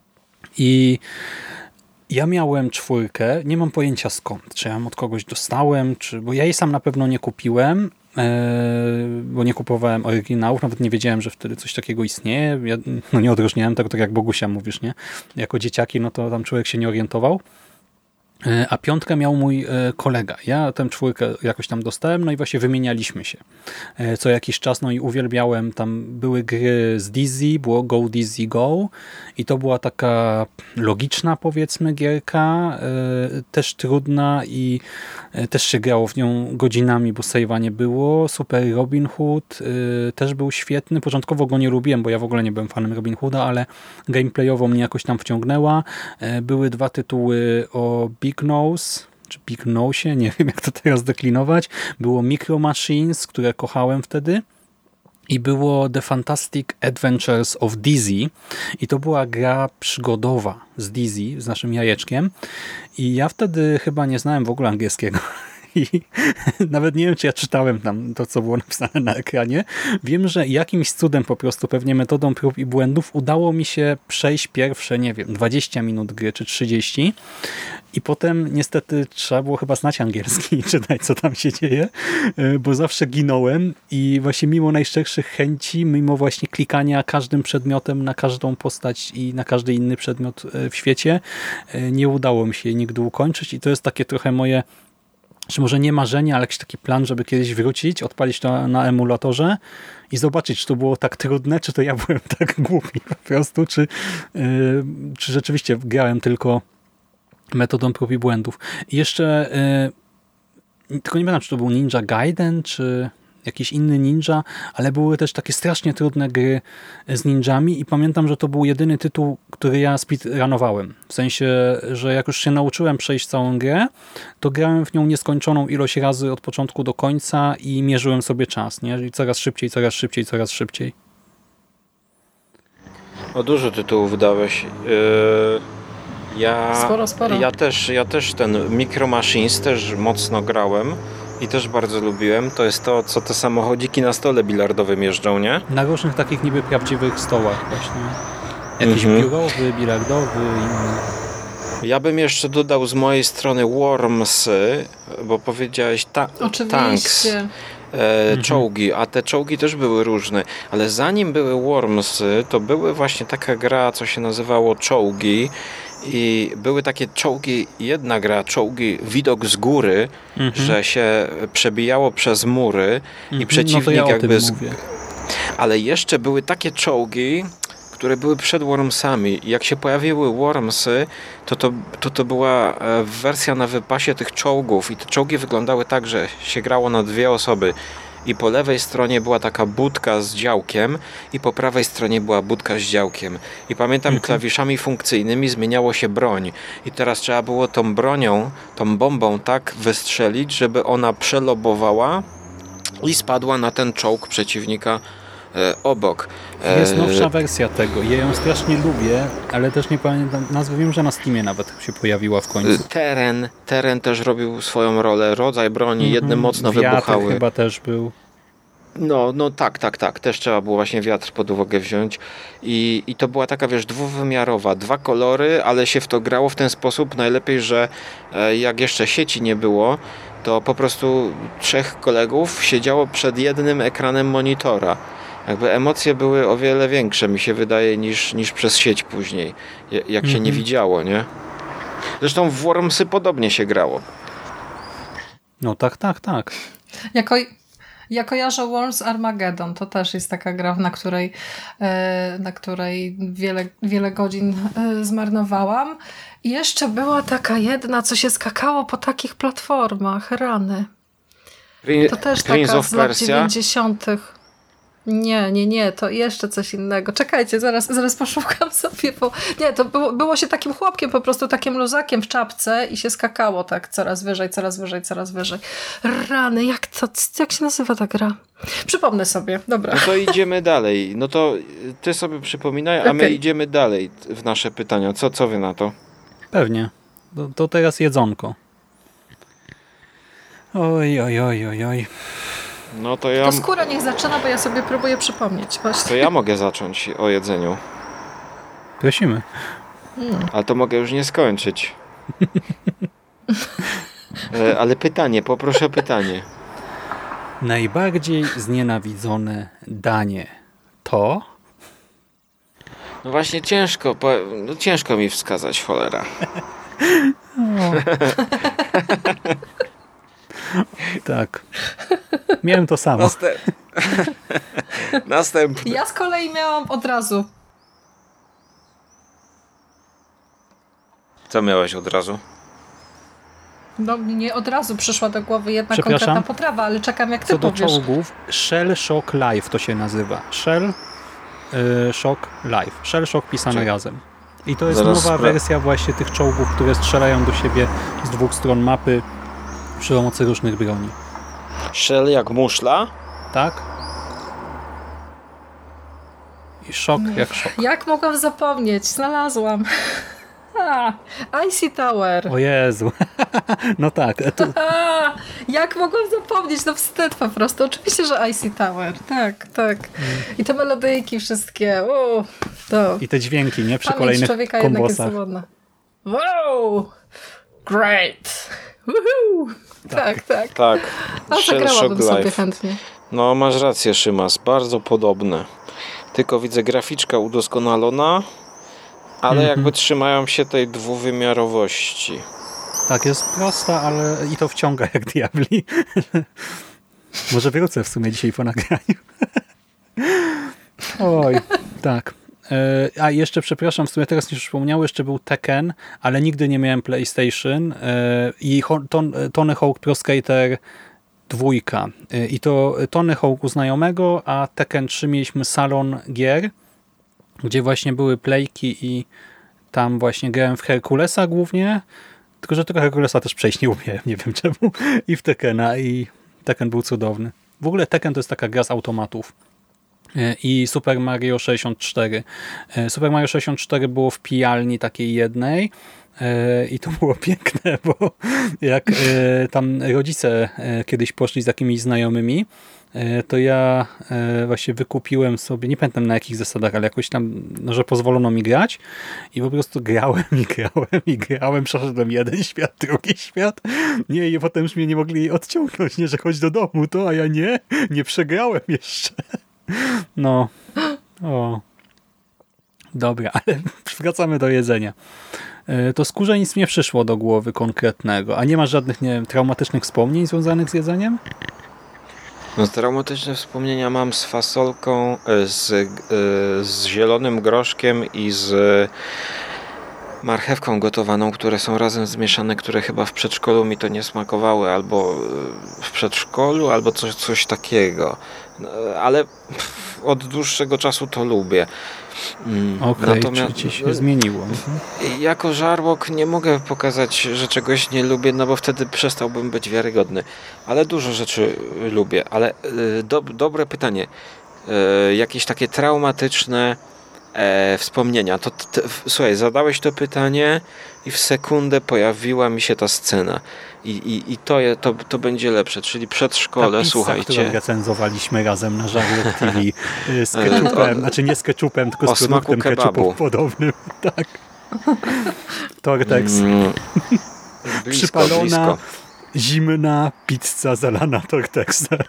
I ja miałem czwórkę, nie mam pojęcia skąd, czy ja ją od kogoś dostałem, bo ja jej sam na pewno nie kupiłem, bo nie kupowałem oryginałów, nawet nie wiedziałem, że wtedy coś takiego istnieje. Ja nie odróżniałem tego, tak jak Bogusia mówisz, nie? Jako dzieciaki, no to tam człowiek się nie orientował. A piątkę miał mój kolega. Ja tę czwórkę jakoś tam dostałem, no i właśnie wymienialiśmy się co jakiś czas, no i uwielbiałem. Tam były gry z Dizzy, było Go Dizzy Go i to była taka logiczna, powiedzmy, gierka, też trudna i też się grało w nią godzinami, bo save'a nie było. Super Robin Hood też był świetny. Początkowo go nie lubiłem, bo ja w ogóle nie byłem fanem Robin Hooda, ale gameplayowo mnie jakoś tam wciągnęła. Były dwa tytuły o Big Nose, czy Big Nose, nie wiem jak to teraz deklinować. Było Micro Machines, które kochałem wtedy. I było The Fantastic Adventures of Dizzy. I to była gra przygodowa z Dizzy, z naszym jajeczkiem. I ja wtedy chyba nie znałem w ogóle angielskiego. I nawet nie wiem, czy ja czytałem tam to, co było napisane na ekranie. Wiem, że jakimś cudem po prostu, pewnie metodą prób i błędów udało mi się przejść pierwsze, nie wiem, 20 minut gry, czy 30. I potem niestety trzeba było chyba znać angielski i czytać, co tam się dzieje, bo zawsze ginąłem i właśnie mimo najszczerszych chęci, mimo właśnie klikania każdym przedmiotem na każdą postać i na każdy inny przedmiot w świecie, nie udało mi się nigdy ukończyć i to jest takie trochę moje czy może nie marzenie, ale jakiś taki plan, żeby kiedyś wrócić, odpalić to na emulatorze i zobaczyć, czy to było tak trudne, czy to ja byłem tak głupi po prostu, czy rzeczywiście grałem tylko metodą prób i błędów. I jeszcze tylko nie pamiętam, czy to był Ninja Gaiden, czy jakiś inny ninja, ale były też takie strasznie trudne gry z ninjami i pamiętam, że to był jedyny tytuł, który ja speedrunowałem. W sensie, że jak już się nauczyłem przejść całą grę, to grałem w nią nieskończoną ilość razy od początku do końca i mierzyłem sobie czas, nie? I coraz szybciej, coraz szybciej, coraz szybciej. O, dużo tytułów dałeś. Sporo. Ja też ten Micro Machines też mocno grałem i też bardzo lubiłem. To jest to, co te samochodziki na stole bilardowym jeżdżą, nie? Na różnych takich niby prawdziwych stołach właśnie. Jakiś biurowy, bilardowy, inny. Ja bym jeszcze dodał z mojej strony Wormsy, bo powiedziałeś Tanks. Czołgi, a te czołgi też były różne, ale zanim były Wormsy, to były właśnie taka gra, co się nazywało Czołgi i były takie czołgi, jedna gra, czołgi widok z góry, że się przebijało przez mury i przeciwnik no to ja jakby... mówię. Ale jeszcze były takie czołgi, które były przed Wormsami. Jak się pojawiły Wormsy, to była wersja na wypasie tych czołgów i te czołgi wyglądały tak, że się grało na 2 osoby i po lewej stronie była taka budka z działkiem i po prawej stronie była budka z działkiem. I pamiętam, klawiszami funkcyjnymi zmieniało się broń i teraz trzeba było tą bronią, tą bombą tak wystrzelić, żeby ona przelobowała i spadła na ten czołg przeciwnika obok. Jest nowsza wersja tego. Ja ją strasznie lubię, ale też nie pamiętam nazwy. Wiem, że na Steamie nawet się pojawiła w końcu. Teren też robił swoją rolę. Rodzaj broni, jedne mocno wiatr wybuchały. Chyba też był. No tak. Też trzeba było właśnie wiatr pod uwagę wziąć. I to była taka, wiesz, dwuwymiarowa. 2 kolory, ale się w to grało w ten sposób. Najlepiej, że jak jeszcze sieci nie było, to po prostu 3 kolegów siedziało przed jednym ekranem monitora. Jakby emocje były o wiele większe, mi się wydaje, niż przez sieć później, jak się nie widziało, nie? Zresztą w Wormsy podobnie się grało. No tak. Ja kojarzę Worms Armageddon. To też jest taka gra, na której wiele godzin zmarnowałam. I jeszcze była taka jedna, co się skakało po takich platformach. Rany. To też taka z lat 90. Nie, to jeszcze coś innego. Czekajcie, zaraz poszukam sobie, bo nie, to było się takim chłopkiem, po prostu takim luzakiem w czapce i się skakało tak coraz wyżej. Rany, jak się nazywa ta gra? Przypomnę sobie, dobra. No to idziemy dalej. No to ty sobie przypominaj, a my idziemy dalej w nasze pytania. Co wy na to? Pewnie. To teraz jedzonko. Oj. No to ja... To Skóra niech zaczyna, bo ja sobie próbuję przypomnieć. Właśnie. To ja mogę zacząć o jedzeniu. Prosimy. Ale to mogę już nie skończyć. Ale poproszę o pytanie. Najbardziej znienawidzone danie to? No właśnie ciężko mi wskazać, cholera. Tak. Miałem to samo. Następny. Ja z kolei miałam od razu. Co miałeś od razu? No nie od razu przyszła do głowy jedna konkretna potrawa, ale czekam jak ty powiesz. Co do czołgów, Shell Shock Live to się nazywa. Shell Shock Live. Shell Shock pisane razem. I to jest nowa wersja właśnie tych czołgów, które strzelają do siebie z 2 stron mapy przy pomocy różnych broni. Shell jak muszla? Tak. I szok jak szok. Jak mogłam zapomnieć? Znalazłam. Icy Tower. O Jezu. No tak. Jak mogłam zapomnieć? No wstyd po prostu. Oczywiście, że Icy Tower. Tak. I te melodyjki wszystkie. To. I te dźwięki, nie? Przy pamięć kolejnych człowieka kombosach. Jednak jest zawodna. Wow! Great! Woohoo! Tak. A zagrałabym sobie chętnie. No masz rację, Szymas. Bardzo podobne. Tylko widzę graficzka udoskonalona, ale jakby trzymają się tej dwuwymiarowości. Tak, jest prosta, ale i to wciąga jak diabli. Może wrócę w sumie dzisiaj po nagraniu. Oj, tak. A jeszcze, przepraszam, w sumie teraz już wspomniałem, jeszcze był Tekken, ale nigdy nie miałem PlayStation i Tony Hawk Pro Skater 2. I to Tony Hawk u znajomego, a Tekken 3 mieliśmy salon gier, gdzie właśnie były playki i tam właśnie grałem w Herkulesa głównie, tylko że tego Herkulesa też przejść nie umiałem, nie wiem czemu, i w Tekkena, i Tekken był cudowny. W ogóle Tekken to jest taka gra z automatów. I Super Mario 64. Super Mario 64 było w pijalni takiej jednej i to było piękne, bo jak tam rodzice kiedyś poszli z jakimiś znajomymi, to ja właśnie wykupiłem sobie, nie pamiętam na jakich zasadach, ale jakoś tam, no, że pozwolono mi grać i po prostu grałem, przeszedłem jeden świat, drugi świat, nie, i potem już mnie nie mogli odciągnąć, nie, że chodź do domu, to, a ja nie przegrałem jeszcze. No, o. Dobra, ale wracamy do jedzenia. To skórze nic nie przyszło do głowy konkretnego, a nie masz żadnych, nie wiem, traumatycznych wspomnień związanych z jedzeniem? No, traumatyczne wspomnienia mam z fasolką, z zielonym groszkiem i z marchewką gotowaną, które są razem zmieszane, które chyba w przedszkolu mi to nie smakowały, albo w przedszkolu, albo coś takiego. Ale od dłuższego czasu to lubię. Okej, czy ci się zmieniło? Jako żarłok nie mogę pokazać, że czegoś nie lubię, no bo wtedy przestałbym być wiarygodny. Ale dużo rzeczy lubię. Ale dobre pytanie. Jakieś takie traumatyczne wspomnienia. Słuchaj, zadałeś to pytanie i w sekundę pojawiła mi się ta scena. I to będzie lepsze, czyli przedszkole, ta pizza, słuchajcie. którą recenzowaliśmy razem na Żarłok TV z ketchupem, znaczy nie z ketchupem, tylko z produktem ketchupu podobnym. Tak. Tortex. Przypalona, blisko. Zimna pizza zalana Tortexem.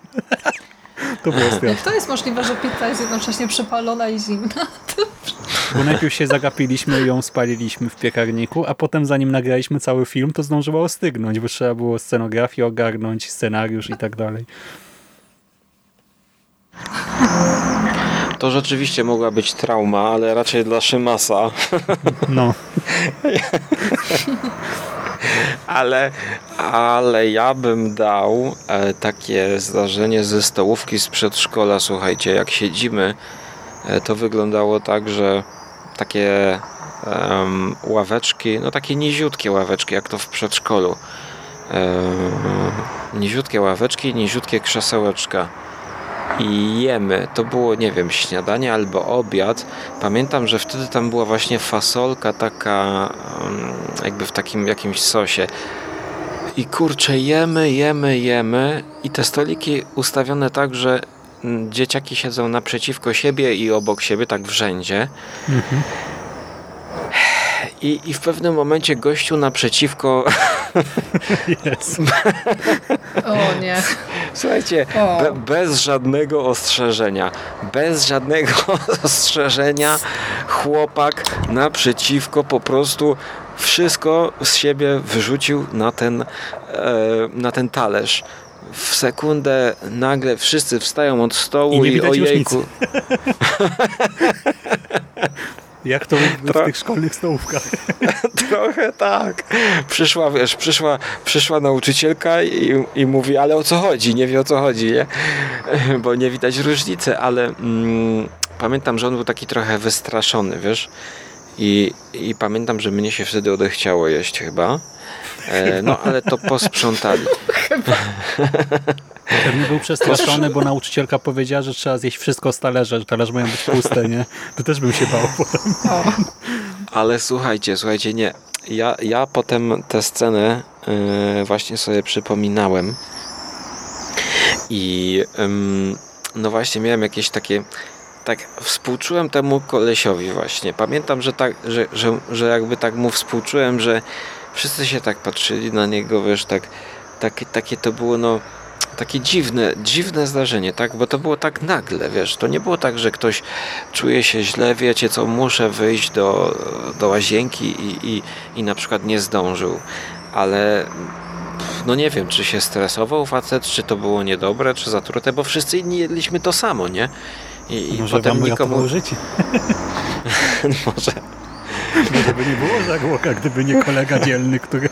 To było straszne. Jak to jest możliwe, że pizza jest jednocześnie przypalona i zimna? Bo najpierw się zagapiliśmy i ją spaliliśmy w piekarniku, a potem zanim nagraliśmy cały film, to zdążyła ostygnąć, bo trzeba było scenografię ogarnąć, scenariusz i tak dalej. To rzeczywiście mogła być trauma, ale raczej dla Szymasa. No. Ale ja bym dał takie zdarzenie ze stołówki z przedszkola. Słuchajcie, jak siedzimy, to wyglądało tak, że takie ławeczki, no takie niziutkie ławeczki, jak to w przedszkolu. Niziutkie ławeczki, niziutkie krzesełeczka. I jemy. To było, nie wiem, śniadanie albo obiad. Pamiętam, że wtedy tam była właśnie fasolka taka jakby w takim jakimś sosie. I kurczę, jemy i te stoliki ustawione tak, że dzieciaki siedzą naprzeciwko siebie i obok siebie, tak w rzędzie. Mhm. I w pewnym momencie gościu naprzeciwko... Jezu. O nie. Słuchajcie, bez żadnego ostrzeżenia chłopak naprzeciwko po prostu wszystko z siebie wyrzucił na ten talerz. W sekundę nagle wszyscy wstają od stołu i ojejku. Jak to w tych szkolnych stołówkach. Trochę tak. Przyszła nauczycielka i mówi, ale o co chodzi? Nie wie o co chodzi, nie? Bo nie widać różnicy, ale pamiętam, że on był taki trochę wystraszony, wiesz? I pamiętam, że mnie się wtedy odechciało jeść chyba. No, ale to posprzątali. Pewnie był przestraszony, bo nauczycielka powiedziała, że trzeba zjeść wszystko z talerza, że talerze mają być puste, nie? To też bym się bał potem. Ale słuchajcie, nie. Ja potem tę scenę właśnie sobie przypominałem i no właśnie miałem jakieś takie, tak współczułem temu kolesiowi właśnie. Pamiętam, że tak, że jakby tak mu współczułem, że wszyscy się tak patrzyli na niego, wiesz, takie to było, no, takie dziwne zdarzenie, tak, bo to było tak nagle, wiesz, to nie było tak, że ktoś czuje się źle, wiecie co, muszę wyjść do łazienki i na przykład nie zdążył. ale no nie wiem, czy się stresował facet, czy to było niedobre, czy zatrute, bo wszyscy inni jedliśmy to samo, nie? I może potem wam nikomu... życie. Może. Może by nie było żarłoka, gdyby nie kolega dzielny, który...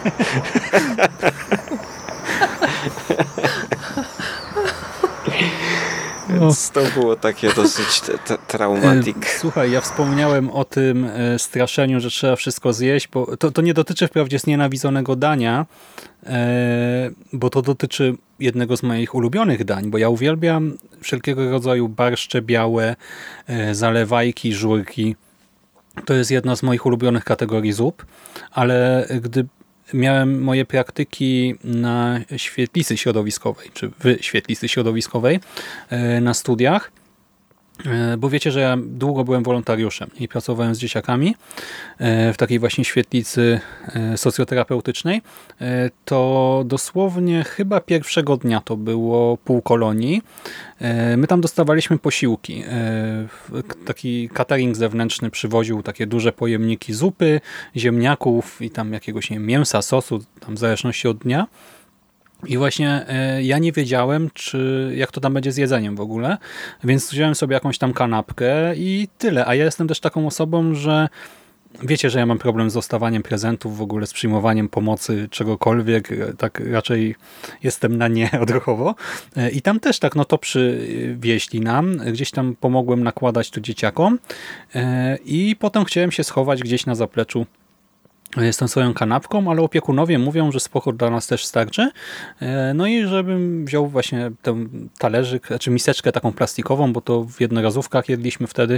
Więc to było takie dosyć traumatic. Słuchaj, ja wspomniałem o tym straszeniu, że trzeba wszystko zjeść, bo to nie dotyczy wprawdzie znienawidzonego dania, bo to dotyczy jednego z moich ulubionych dań, bo ja uwielbiam wszelkiego rodzaju barszcze białe, zalewajki, żurki. To jest jedna z moich ulubionych kategorii zup, ale gdy miałem moje praktyki na świetlicy środowiskowej, czy w świetlicy środowiskowej na studiach, bo wiecie, że ja długo byłem wolontariuszem i pracowałem z dzieciakami w takiej właśnie świetlicy socjoterapeutycznej, to dosłownie chyba pierwszego dnia to było pół kolonii. My tam dostawaliśmy posiłki. Taki catering zewnętrzny przywoził takie duże pojemniki zupy, ziemniaków i tam jakiegoś nie wiem, mięsa, sosu, tam w zależności od dnia. I właśnie ja nie wiedziałem, jak to tam będzie z jedzeniem w ogóle, więc wziąłem sobie jakąś tam kanapkę i tyle. A ja jestem też taką osobą, że wiecie, że ja mam problem z dostawaniem prezentów, w ogóle z przyjmowaniem pomocy, czegokolwiek. Tak raczej jestem na nie odruchowo. I tam też tak, no to przywieźli nam. Gdzieś tam pomogłem nakładać to dzieciakom i potem chciałem się schować gdzieś na zapleczu z tą swoją kanapką, ale opiekunowie mówią, że spoko dla nas też starczy. No i żebym wziął właśnie ten talerzyk, czy miseczkę taką plastikową, bo to w jednorazówkach jedliśmy wtedy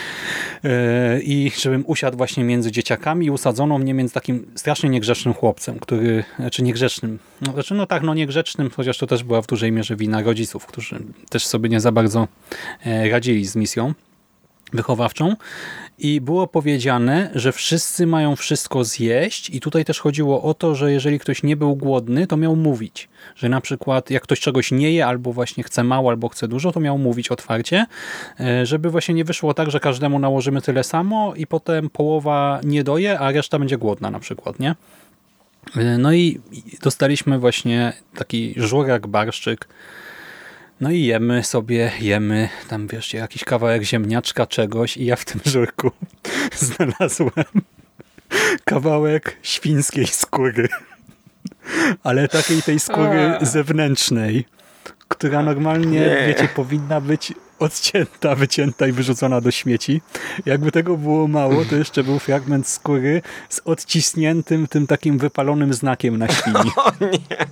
i żebym usiadł właśnie między dzieciakami i usadzono mnie między takim strasznie niegrzecznym chłopcem, który, czy niegrzecznym, niegrzecznym, chociaż to też była w dużej mierze wina rodziców, którzy też sobie nie za bardzo radzili z misją wychowawczą i było powiedziane, że wszyscy mają wszystko zjeść i tutaj też chodziło o to, że jeżeli ktoś nie był głodny, to miał mówić, że na przykład jak ktoś czegoś nie je, albo właśnie chce mało, albo chce dużo, to miał mówić otwarcie, żeby właśnie nie wyszło tak, że każdemu nałożymy tyle samo i potem połowa nie doje, a reszta będzie głodna na przykład, nie? No i dostaliśmy właśnie taki żurak, barszczyk. No i jemy, tam wiesz, jakiś kawałek ziemniaczka, czegoś i ja w tym żurku znalazłem kawałek świńskiej skóry. Ale takiej tej skóry zewnętrznej, która normalnie, wiecie, powinna być odcięta, wycięta i wyrzucona do śmieci. Jakby tego było mało, to jeszcze był fragment skóry z odcisniętym tym takim wypalonym znakiem na świni. O nie!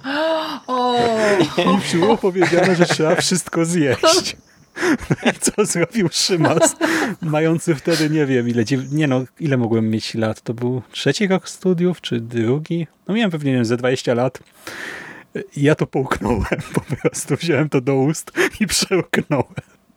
I było powiedziane, że trzeba wszystko zjeść. No i co zrobił Szymas, mający wtedy, nie wiem, ile mogłem mieć lat? To był 3. rok studiów, czy 2? No miałem pewnie, nie wiem, ze 20 lat. I ja to połknąłem, po prostu wziąłem to do ust i przełknąłem.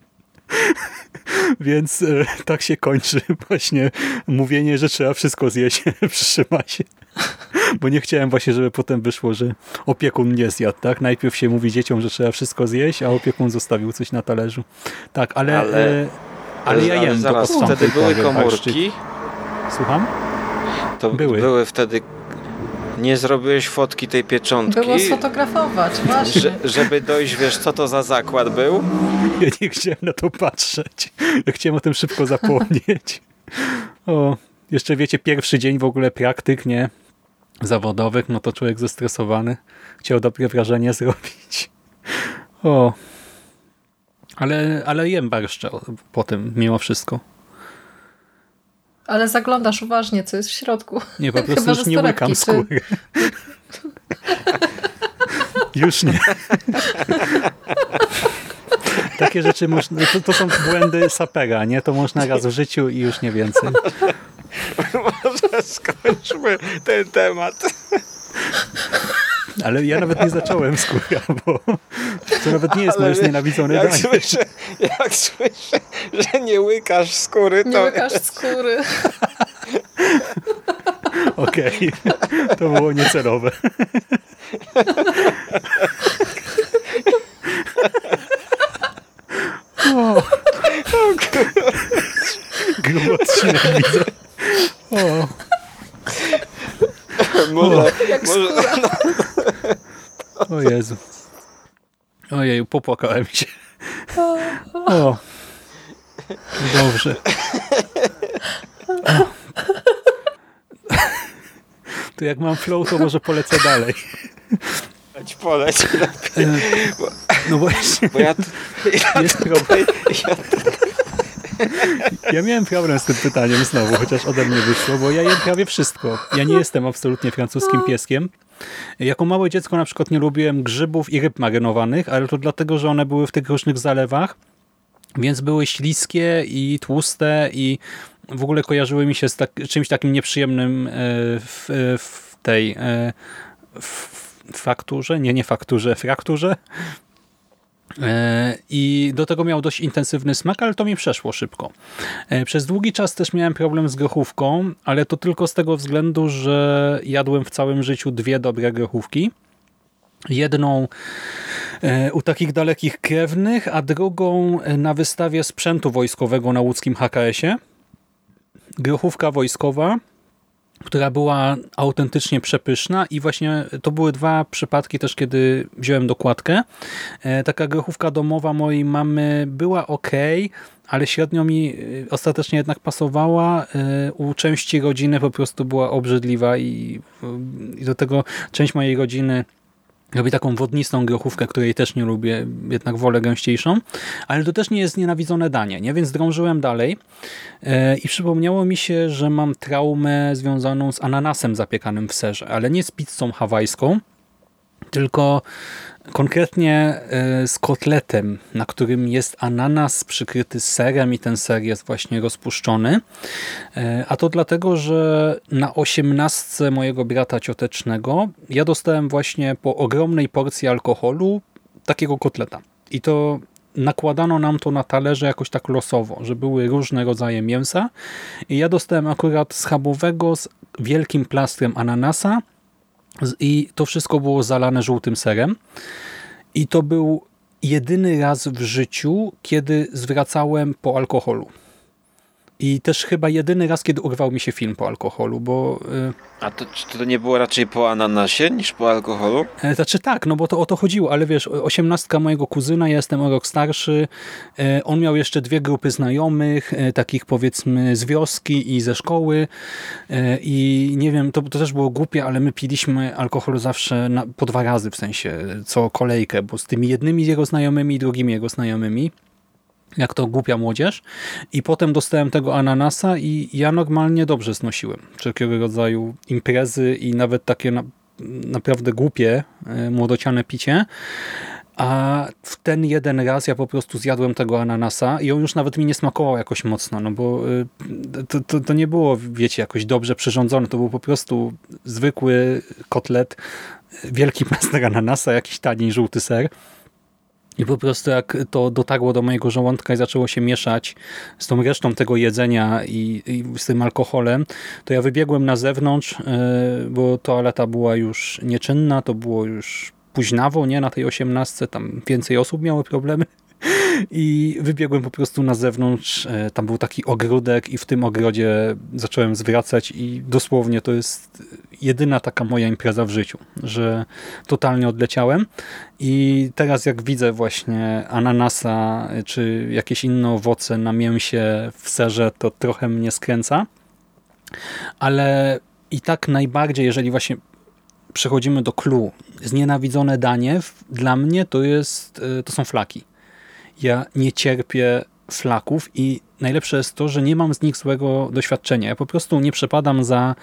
Więc tak się kończy właśnie mówienie, że trzeba wszystko zjeść przy Szymasie. Bo nie chciałem właśnie, żeby potem wyszło, że opiekun nie zjadł, tak? Najpierw się mówi dzieciom, że trzeba wszystko zjeść, a opiekun zostawił coś na talerzu. Tak, ale ja jem zaraz, to wtedy były komórki? Słucham? To były wtedy... Nie zrobiłeś fotki tej pieczątki? Było sfotografować, właśnie. Żeby dojść, wiesz, co to za zakład był? Ja nie chciałem na to patrzeć. Ja chciałem o tym szybko zapomnieć. O, jeszcze wiecie, pierwszy dzień w ogóle praktyk, nie? Zawodowych, no to człowiek zestresowany. Chciał dobre wrażenie zrobić. O. Ale jem barszcza potem, mimo wszystko. Ale zaglądasz uważnie, co jest w środku. Nie, po prostu już nie łykam skóry. Już nie. Takie rzeczy można, to są błędy sapera, nie? To można raz w życiu i już nie więcej. Może skończmy ten temat. Ale ja nawet nie zacząłem skóra, bo to nawet nie jest moje znienawidzone danie. Jak słyszę, że nie łykasz skóry, to... Nie łykasz skóry. Okej, to było niecelowe. O. Grubo odcinek widzę. O. O Jezu. Ojej, popłakałem się. O. Dobrze. To jak mam flow, to może polecę dalej. Poleć. No właśnie. Bo ja jest problem. Ja miałem problem z tym pytaniem znowu, chociaż ode mnie wyszło, bo ja jem prawie wszystko. Ja nie jestem absolutnie francuskim pieskiem. Jako małe dziecko na przykład nie lubiłem grzybów i ryb marynowanych, ale to dlatego, że one były w tych różnych zalewach, więc były śliskie i tłuste i w ogóle kojarzyły mi się z czymś takim nieprzyjemnym w tej fakturze, nie fakturze, frakturze. I do tego miał dość intensywny smak, ale to mi przeszło szybko. Przez długi czas też miałem problem z grochówką, ale to tylko z tego względu, że jadłem w całym życiu 2 dobre grochówki. Jedną u takich dalekich krewnych, a drugą na wystawie sprzętu wojskowego na łódzkim HKS-ie. Grochówka wojskowa, która była autentycznie przepyszna i właśnie to były 2 przypadki też, kiedy wziąłem dokładkę. Taka grochówka domowa mojej mamy była ale średnio mi ostatecznie jednak pasowała. U części rodziny po prostu była obrzydliwa i do tego część mojej rodziny robi taką wodnistą grochówkę, której też nie lubię, jednak wolę gęściejszą, ale to też nie jest nienawidzone danie, nie? Więc drążyłem dalej i przypomniało mi się, że mam traumę związaną z ananasem zapiekanym w serze, ale nie z pizzą hawajską, tylko konkretnie z kotletem, na którym jest ananas przykryty serem i ten ser jest właśnie rozpuszczony. A to dlatego, że na 18 mojego brata ciotecznego ja dostałem właśnie po ogromnej porcji alkoholu takiego kotleta. I to nakładano nam to na talerze jakoś tak losowo, że były różne rodzaje mięsa i ja dostałem akurat schabowego z wielkim plastrem ananasa i to wszystko było zalane żółtym serem. I to był jedyny raz w życiu, kiedy zwracałem po alkoholu. I też chyba jedyny raz, kiedy urwał mi się film po alkoholu, bo... A to, czy to nie było raczej po ananasie niż po alkoholu? Znaczy tak, no bo to o to chodziło, ale wiesz, 18 mojego kuzyna, ja jestem o rok starszy, on miał jeszcze 2 grupy znajomych, takich powiedzmy z wioski i ze szkoły i nie wiem, to też było głupie, ale my piliśmy alkohol zawsze po 2 razy, w sensie co kolejkę, bo z tymi jednymi jego znajomymi i drugimi jego znajomymi, jak to głupia młodzież. I potem dostałem tego ananasa i ja normalnie dobrze znosiłem wszelkiego rodzaju imprezy i nawet takie naprawdę głupie, młodociane picie. A w ten jeden raz ja po prostu zjadłem tego ananasa i on już nawet mi nie smakował jakoś mocno, no bo to nie było, wiecie, jakoś dobrze przyrządzone. To był po prostu zwykły kotlet, wielki plaster ananasa, jakiś tani żółty ser. I po prostu jak to dotarło do mojego żołądka i zaczęło się mieszać z tą resztą tego jedzenia i z tym alkoholem, to ja wybiegłem na zewnątrz, bo toaleta była już nieczynna, to było już późnawo, nie? Na tej 18, tam więcej osób miało problemy. I wybiegłem po prostu na zewnątrz, tam był taki ogródek i w tym ogrodzie zacząłem zwracać i dosłownie to jest jedyna taka moja impreza w życiu, że totalnie odleciałem i teraz jak widzę właśnie ananasa czy jakieś inne owoce na mięsie w serze, to trochę mnie skręca, ale i tak najbardziej, jeżeli właśnie przechodzimy do clou, znienawidzone danie dla mnie to są flaki. Ja nie cierpię flaków i najlepsze jest to, że nie mam z nich złego doświadczenia. Ja po prostu nie przepadam za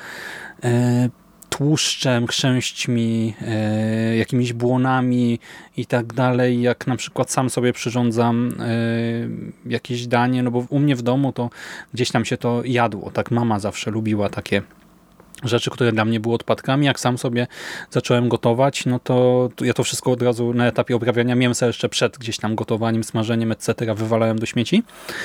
tłuszczem, chrzęśćmi, jakimiś błonami i tak dalej. Jak na przykład sam sobie przyrządzam jakieś danie, no bo u mnie w domu to gdzieś tam się to jadło. Tak mama zawsze lubiła takie rzeczy, które dla mnie były odpadkami. Jak sam sobie zacząłem gotować, no to ja to wszystko od razu na etapie obrabiania mięsa jeszcze przed gdzieś tam gotowaniem, smażeniem, etc. wywalałem do śmieci.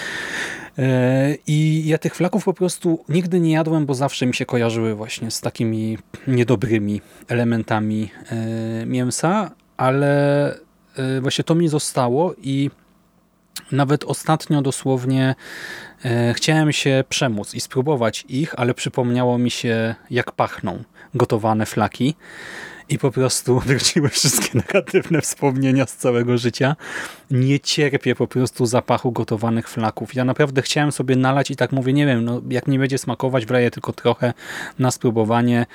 I ja tych flaków po prostu nigdy nie jadłem, bo zawsze mi się kojarzyły właśnie z takimi niedobrymi elementami mięsa, ale właśnie to mi zostało i Nawet ostatnio dosłownie chciałem się przemóc i spróbować ich, ale przypomniało mi się, jak pachną gotowane flaki. I po prostu wróciły wszystkie negatywne wspomnienia z całego życia. Nie cierpię po prostu zapachu gotowanych flaków. Ja naprawdę chciałem sobie nalać i tak mówię, nie wiem, no jak nie będzie smakować, wleję tylko trochę na spróbowanie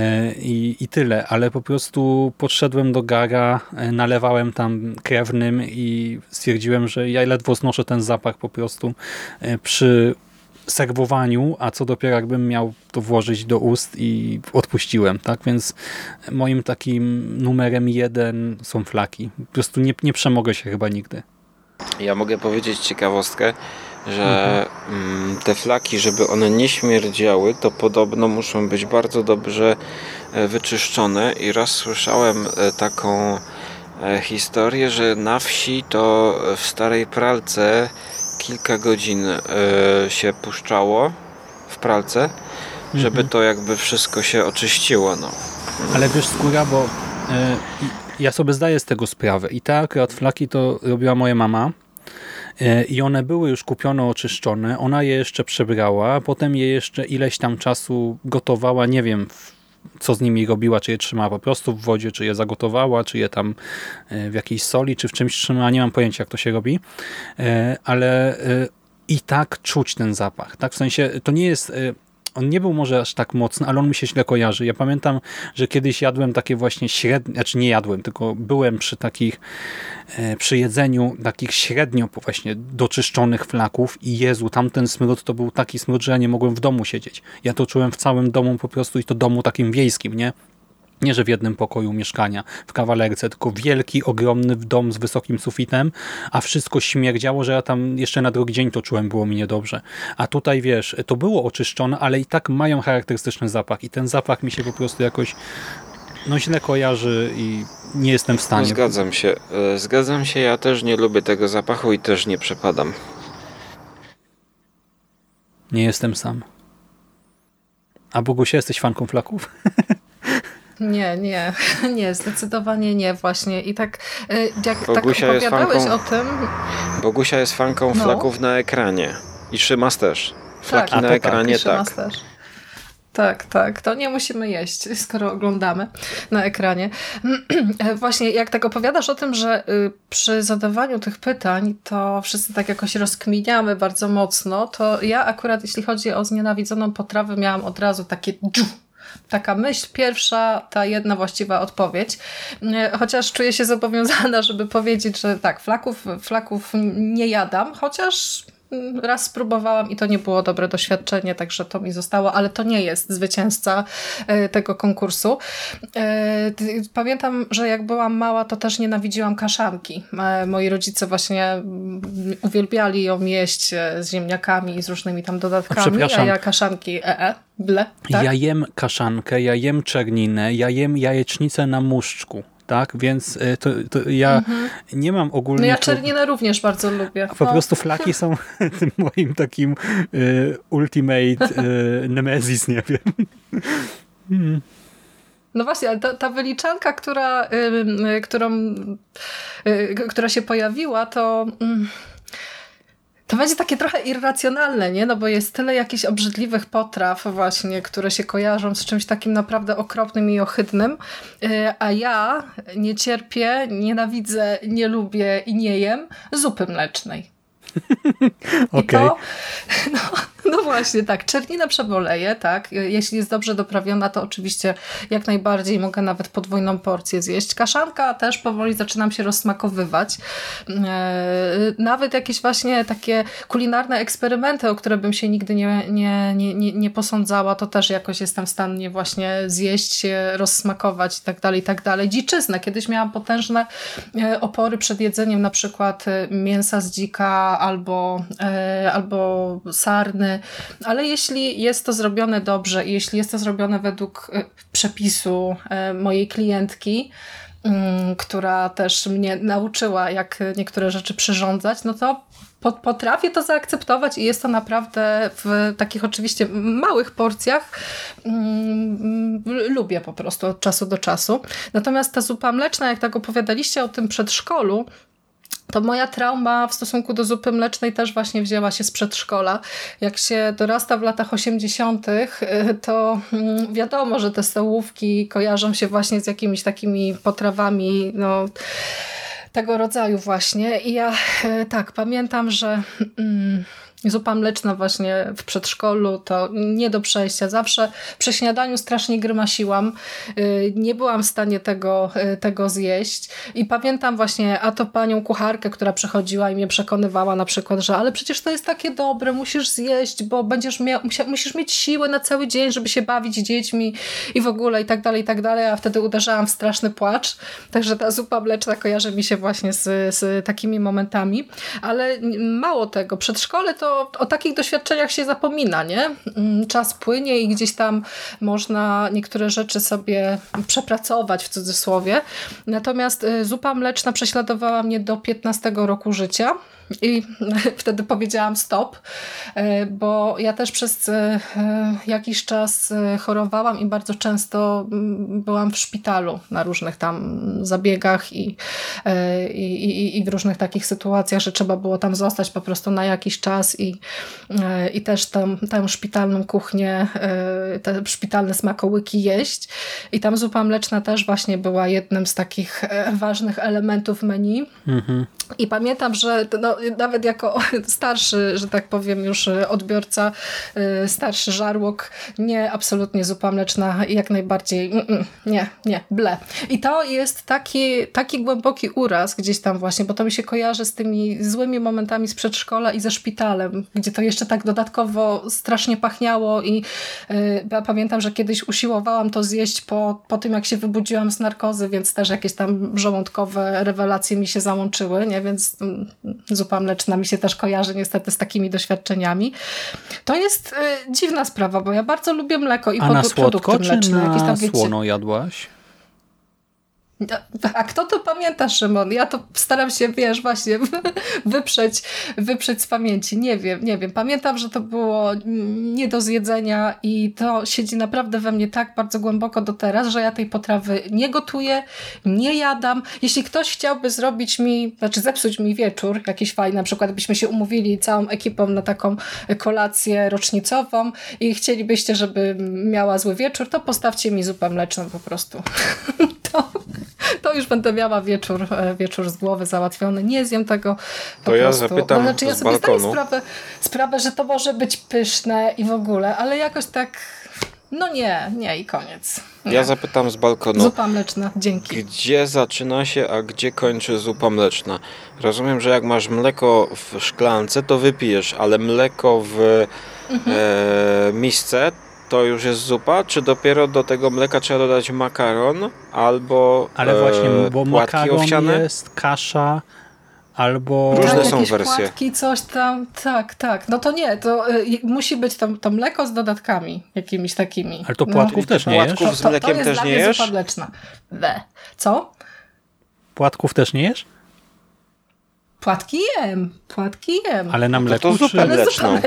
i tyle. Ale po prostu podszedłem do gara, nalewałem tam krewnym i stwierdziłem, że ja ledwo znoszę ten zapach po prostu przy serwowaniu, a co dopiero jakbym miał to włożyć do ust i odpuściłem, tak? Więc moim takim numerem 1 są flaki. Po prostu nie przemogę się chyba nigdy. Ja mogę powiedzieć ciekawostkę, że te flaki, żeby one nie śmierdziały, to podobno muszą być bardzo dobrze wyczyszczone i raz słyszałem taką historię, że na wsi to w starej pralce kilka godzin się puszczało w pralce, żeby to jakby wszystko się oczyściło. No. Ale wiesz, Skóra, bo ja sobie zdaję z tego sprawę i te akurat flaki to robiła moja mama i one były już kupione, oczyszczone, ona je jeszcze przebrała, potem je jeszcze ileś tam czasu gotowała, nie wiem co z nimi robiła, czy je trzymała po prostu w wodzie, czy je zagotowała, czy je tam w jakiejś soli, czy w czymś trzymała, nie mam pojęcia jak to się robi, ale i tak czuć ten zapach, tak? W sensie to nie jest, on nie był może aż tak mocny, ale on mi się źle kojarzy. Ja pamiętam, że kiedyś jadłem takie właśnie średnie, znaczy nie jadłem, tylko byłem przy jedzeniu takich średnio właśnie doczyszczonych flaków i Jezu, tamten smród to był taki smród, że ja nie mogłem w domu siedzieć. Ja to czułem w całym domu po prostu i to domu takim wiejskim, nie? Nie, że w jednym pokoju mieszkania, w kawalerce, tylko wielki, ogromny dom z wysokim sufitem, a wszystko śmierdziało, że ja tam jeszcze na drugi dzień to czułem, było mi niedobrze. A tutaj, wiesz, to było oczyszczone, ale i tak mają charakterystyczny zapach i ten zapach mi się po prostu jakoś źle kojarzy i nie jestem w stanie. No, zgadzam się, ja też nie lubię tego zapachu i też nie przepadam. Nie jestem sam. A Bogusia, jesteś fanką flaków? Nie, zdecydowanie nie właśnie. I tak jak Bogusia tak opowiadałeś o tym... Bogusia jest fanką flaków na ekranie. I Szymas też. Flaki tak, na ekranie, tak. Też. Tak. To nie musimy jeść, skoro oglądamy na ekranie. Właśnie jak tak opowiadasz o tym, że przy zadawaniu tych pytań to wszyscy tak jakoś rozkminiamy bardzo mocno, to ja akurat jeśli chodzi o znienawidzoną potrawę miałam od razu takie taka myśl pierwsza, ta jedna właściwa odpowiedź. Chociaż czuję się zobowiązana, żeby powiedzieć, że tak, flaków nie jadam, chociaż raz spróbowałam i to nie było dobre doświadczenie, także to mi zostało, ale to nie jest zwycięzca tego konkursu. Pamiętam, że jak byłam mała, to też nienawidziłam kaszanki. Moi rodzice właśnie uwielbiali ją jeść z ziemniakami i z różnymi tam dodatkami, a ja kaszanki ble. Tak? Ja jem kaszankę, ja jem czerninę, ja jem jajecznicę na muszczku. Tak, więc to ja nie mam ogólnie... No ja czerninę również bardzo lubię. Po prostu flaki są tym moim takim ultimate nemesis, nie wiem. No właśnie, ale ta wyliczanka, która się pojawiła, to będzie takie trochę irracjonalne, nie? No bo jest tyle jakichś obrzydliwych potraw właśnie, które się kojarzą z czymś takim naprawdę okropnym i ohydnym, a ja nie cierpię, nienawidzę, nie lubię i nie jem zupy mlecznej. Okej. No właśnie, tak. Czernina przeboleję, tak. Jeśli jest dobrze doprawiona, to oczywiście jak najbardziej mogę nawet podwójną porcję zjeść. Kaszanka też powoli zaczynam się rozsmakowywać. Nawet jakieś właśnie takie kulinarne eksperymenty, o które bym się nigdy nie posądzała, to też jakoś jestem w stanie właśnie zjeść się, rozsmakować i tak dalej. Dziczyznę. Kiedyś miałam potężne opory przed jedzeniem na przykład mięsa z dzika albo sarny, ale jeśli jest to zrobione dobrze i jeśli jest to zrobione według przepisu mojej klientki, która też mnie nauczyła, jak niektóre rzeczy przyrządzać, no to potrafię to zaakceptować i jest to naprawdę w takich oczywiście małych porcjach. Lubię po prostu od czasu do czasu. Natomiast ta zupa mleczna, jak tak opowiadaliście o tym przedszkolu, to moja trauma w stosunku do zupy mlecznej też właśnie wzięła się z przedszkola. Jak się dorasta w latach 80., to wiadomo, że te stołówki kojarzą się właśnie z jakimiś takimi potrawami, no, tego rodzaju właśnie. I ja tak, pamiętam, że zupa mleczna właśnie w przedszkolu to nie do przejścia. Zawsze przy śniadaniu strasznie grymasiłam. Nie byłam w stanie tego zjeść. I pamiętam właśnie, a to panią kucharkę, która przychodziła i mnie przekonywała na przykład, że ale przecież to jest takie dobre, musisz zjeść, bo musisz mieć siłę na cały dzień, żeby się bawić z dziećmi i w ogóle i tak dalej, a wtedy uderzałam w straszny płacz. Także ta zupa mleczna kojarzy mi się właśnie z takimi momentami. Ale mało tego, przedszkole to o takich doświadczeniach się zapomina, nie? Czas płynie i gdzieś tam można niektóre rzeczy sobie przepracować w cudzysłowie. Natomiast zupa mleczna prześladowała mnie do 15 roku życia. I wtedy powiedziałam stop, bo ja też przez jakiś czas chorowałam i bardzo często byłam w szpitalu na różnych tam zabiegach i w różnych takich sytuacjach, że trzeba było tam zostać po prostu na jakiś czas i też tę szpitalną kuchnię, te szpitalne smakołyki jeść. I tam zupa mleczna też właśnie była jednym z takich ważnych elementów menu. Mhm. I pamiętam, że nawet jako starszy, że tak powiem już odbiorca, starszy żarłok, nie, absolutnie zupa mleczna jak najbardziej, nie, ble. I to jest taki głęboki uraz gdzieś tam właśnie, bo to mi się kojarzy z tymi złymi momentami z przedszkola i ze szpitalem, gdzie to jeszcze tak dodatkowo strasznie pachniało i ja pamiętam, że kiedyś usiłowałam to zjeść po tym, jak się wybudziłam z narkozy, więc też jakieś tam żołądkowe rewelacje mi się załączyły, nie? Więc zupa mleczna mi się też kojarzy niestety z takimi doświadczeniami. To jest dziwna sprawa, bo ja bardzo lubię mleko i produkty mleczne. A na słodko czy na słono jadłaś? A kto to pamięta, Szymon? Ja to staram się, wiesz, właśnie wyprzeć z pamięci. Nie wiem. Pamiętam, że to było nie do zjedzenia i to siedzi naprawdę we mnie tak bardzo głęboko do teraz, że ja tej potrawy nie gotuję, nie jadam. Jeśli ktoś chciałby zepsuć mi wieczór jakiś fajny, na przykład byśmy się umówili całą ekipą na taką kolację rocznicową i chcielibyście, żeby miała zły wieczór, to postawcie mi zupę mleczną po prostu. To już będę miała wieczór z głowy załatwiony. Nie zjem tego po ja prostu. zapytam ja z sobie balkonu. zdaję sprawę, że to może być pyszne i w ogóle, ale jakoś tak nie i koniec. Nie. Ja zapytam z balkonu. Zupa mleczna, dzięki. Gdzie zaczyna się, a gdzie kończy zupa mleczna? Rozumiem, że jak masz mleko w szklance, to wypijesz, ale mleko w misce to już jest zupa, czy dopiero do tego mleka trzeba dodać makaron albo ale właśnie, bo płatki makaron owsiane? jest kasza albo... Różne tak, są jakieś wersje. Płatki, coś tam, tak. No to nie, to musi być to mleko z dodatkami jakimiś takimi. Ale to płatków też nie jesz? Płatków z mlekiem też nie jesz? To jest zupa mleczna. Co? Płatków też nie jesz? Płatki jem. Ale na mleku to zupę mleczną.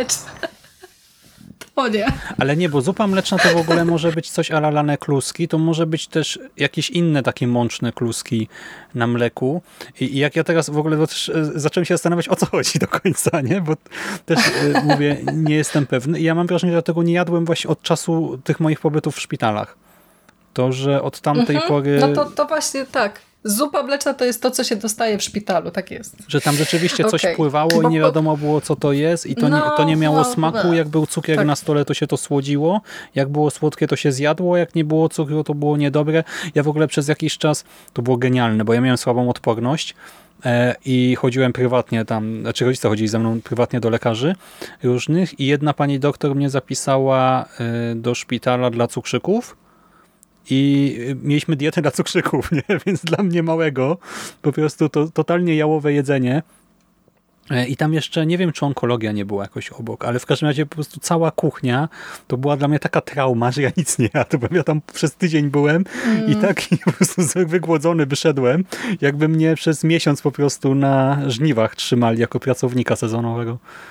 O nie. Ale nie, bo zupa mleczna to w ogóle może być coś a la lane kluski, to może być też jakieś inne takie mączne kluski na mleku. I jak ja teraz w ogóle też zacząłem się zastanawiać, o co chodzi do końca, nie? Bo też mówię, nie jestem pewny. I ja mam wrażenie, że tego nie jadłem właśnie od czasu tych moich pobytów w szpitalach. To, że od tamtej pory... No to właśnie tak. Zupa mleczna to jest to, co się dostaje w szpitalu, tak jest. Że tam rzeczywiście coś pływało i nie wiadomo było, co to jest i to nie miało smaku. Jak był cukier na stole, to się to słodziło. Jak było słodkie, to się zjadło. Jak nie było cukru, to było niedobre. Ja w ogóle przez jakiś czas, to było genialne, bo ja miałem słabą odporność i chodziłem prywatnie tam, znaczy rodzice chodzili ze mną prywatnie do lekarzy różnych i jedna pani doktor mnie zapisała do szpitala dla cukrzyków. I mieliśmy dietę dla cukrzyków, nie? Więc dla mnie małego po prostu to totalnie jałowe jedzenie. I tam jeszcze, nie wiem, czy onkologia nie była jakoś obok, ale w każdym razie po prostu cała kuchnia to była dla mnie taka trauma, że ja nic nie jadłem. Ja tam przez tydzień byłem i taki po prostu wygłodzony wyszedłem, jakby mnie przez miesiąc po prostu na żniwach trzymali jako pracownika sezonowego.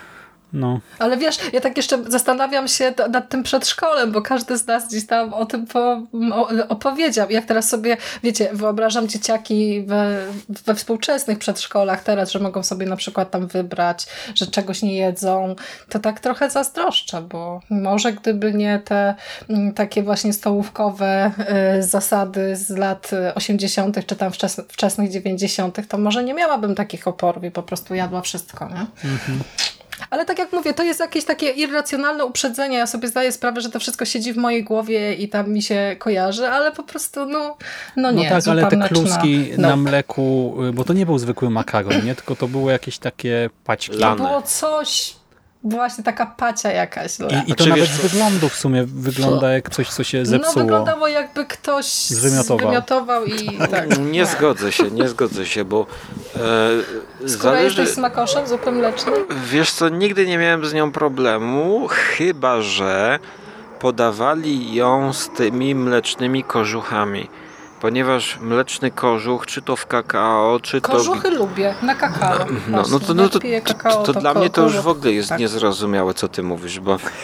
No. Ale wiesz, ja tak jeszcze zastanawiam się nad tym przedszkolem, bo każdy z nas gdzieś tam o tym opowiedział. Jak teraz sobie, wiecie, wyobrażam dzieciaki we współczesnych przedszkolach teraz, że mogą sobie na przykład tam wybrać, że czegoś nie jedzą, to tak trochę zazdroszczę, bo może gdyby nie te takie właśnie stołówkowe zasady z lat 80. czy tam wczesnych 90., to może nie miałabym takich oporów i po prostu jadła wszystko, nie? Mhm. Ale tak jak mówię, to jest jakieś takie irracjonalne uprzedzenie. Ja sobie zdaję sprawę, że to wszystko siedzi w mojej głowie i tam mi się kojarzy, ale po prostu no nie. No tak, ale te kluski na mleku, bo to nie był zwykły makaron, nie? Tylko to było jakieś takie paćki. To było coś... Właśnie taka pacia jakaś. I to nawet z wyglądu w sumie wygląda jak coś, co się zepsuło. No wyglądało jakby ktoś zwymiotował i tak. Nie zgodzę się, bo Skóra jesteś smakoszem zupy mlecznej? Wiesz co, nigdy nie miałem z nią problemu, chyba że podawali ją z tymi mlecznymi kożuchami. Ponieważ mleczny kożuch, czy to w kakao, czy Kożuchy lubię, na kakao. To dla mnie to już w ogóle jest niezrozumiałe, co ty mówisz,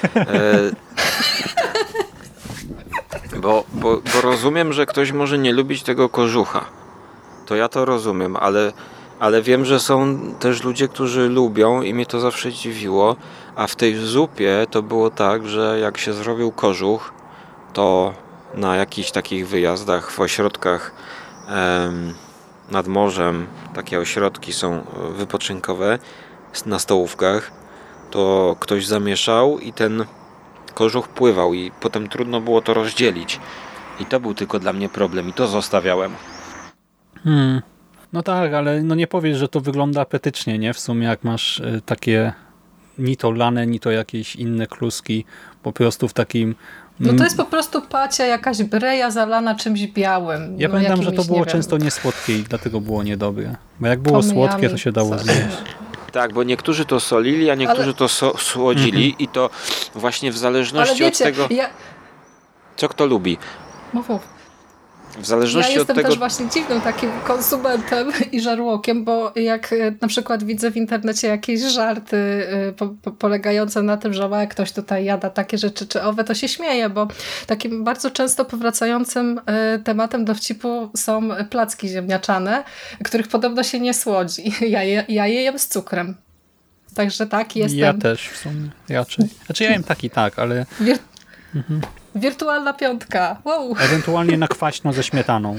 bo rozumiem, że ktoś może nie lubić tego kożucha. To ja to rozumiem, ale wiem, że są też ludzie, którzy lubią i mnie to zawsze dziwiło, a w tej zupie to było tak, że jak się zrobił kożuch, to na jakichś takich wyjazdach w ośrodkach nad morzem, takie ośrodki są wypoczynkowe na stołówkach, to ktoś zamieszał i ten kożuch pływał i potem trudno było to rozdzielić. I to był tylko dla mnie problem i to zostawiałem. No tak, ale no nie powiesz, że to wygląda apetycznie, nie? W sumie jak masz takie ni to lane, ni to jakieś inne kluski, po prostu w takim... No to jest po prostu pacia, jakaś breja zalana czymś białym. Ja pamiętam, że to było często niesłodkie i dlatego było niedobre. Bo jak było słodkie, to się dało zjeść. Tak, bo niektórzy to solili, a niektórzy to słodzili i to właśnie w zależności od tego, co kto lubi. Mów. W zależności ja jestem od tego... też właśnie dziwnym takim konsumentem i żarłokiem, bo jak na przykład widzę w internecie jakieś żarty polegające na tym, że ktoś tutaj jada takie rzeczy czy owe, to się śmieję, bo takim bardzo często powracającym tematem dowcipu są placki ziemniaczane, których podobno się nie słodzi. Ja je jem z cukrem. Także tak, jestem... Ja też w sumie, raczej. Znaczy ja jem taki ale... Wirtualna piątka. Wow. Ewentualnie na kwaśno ze śmietaną.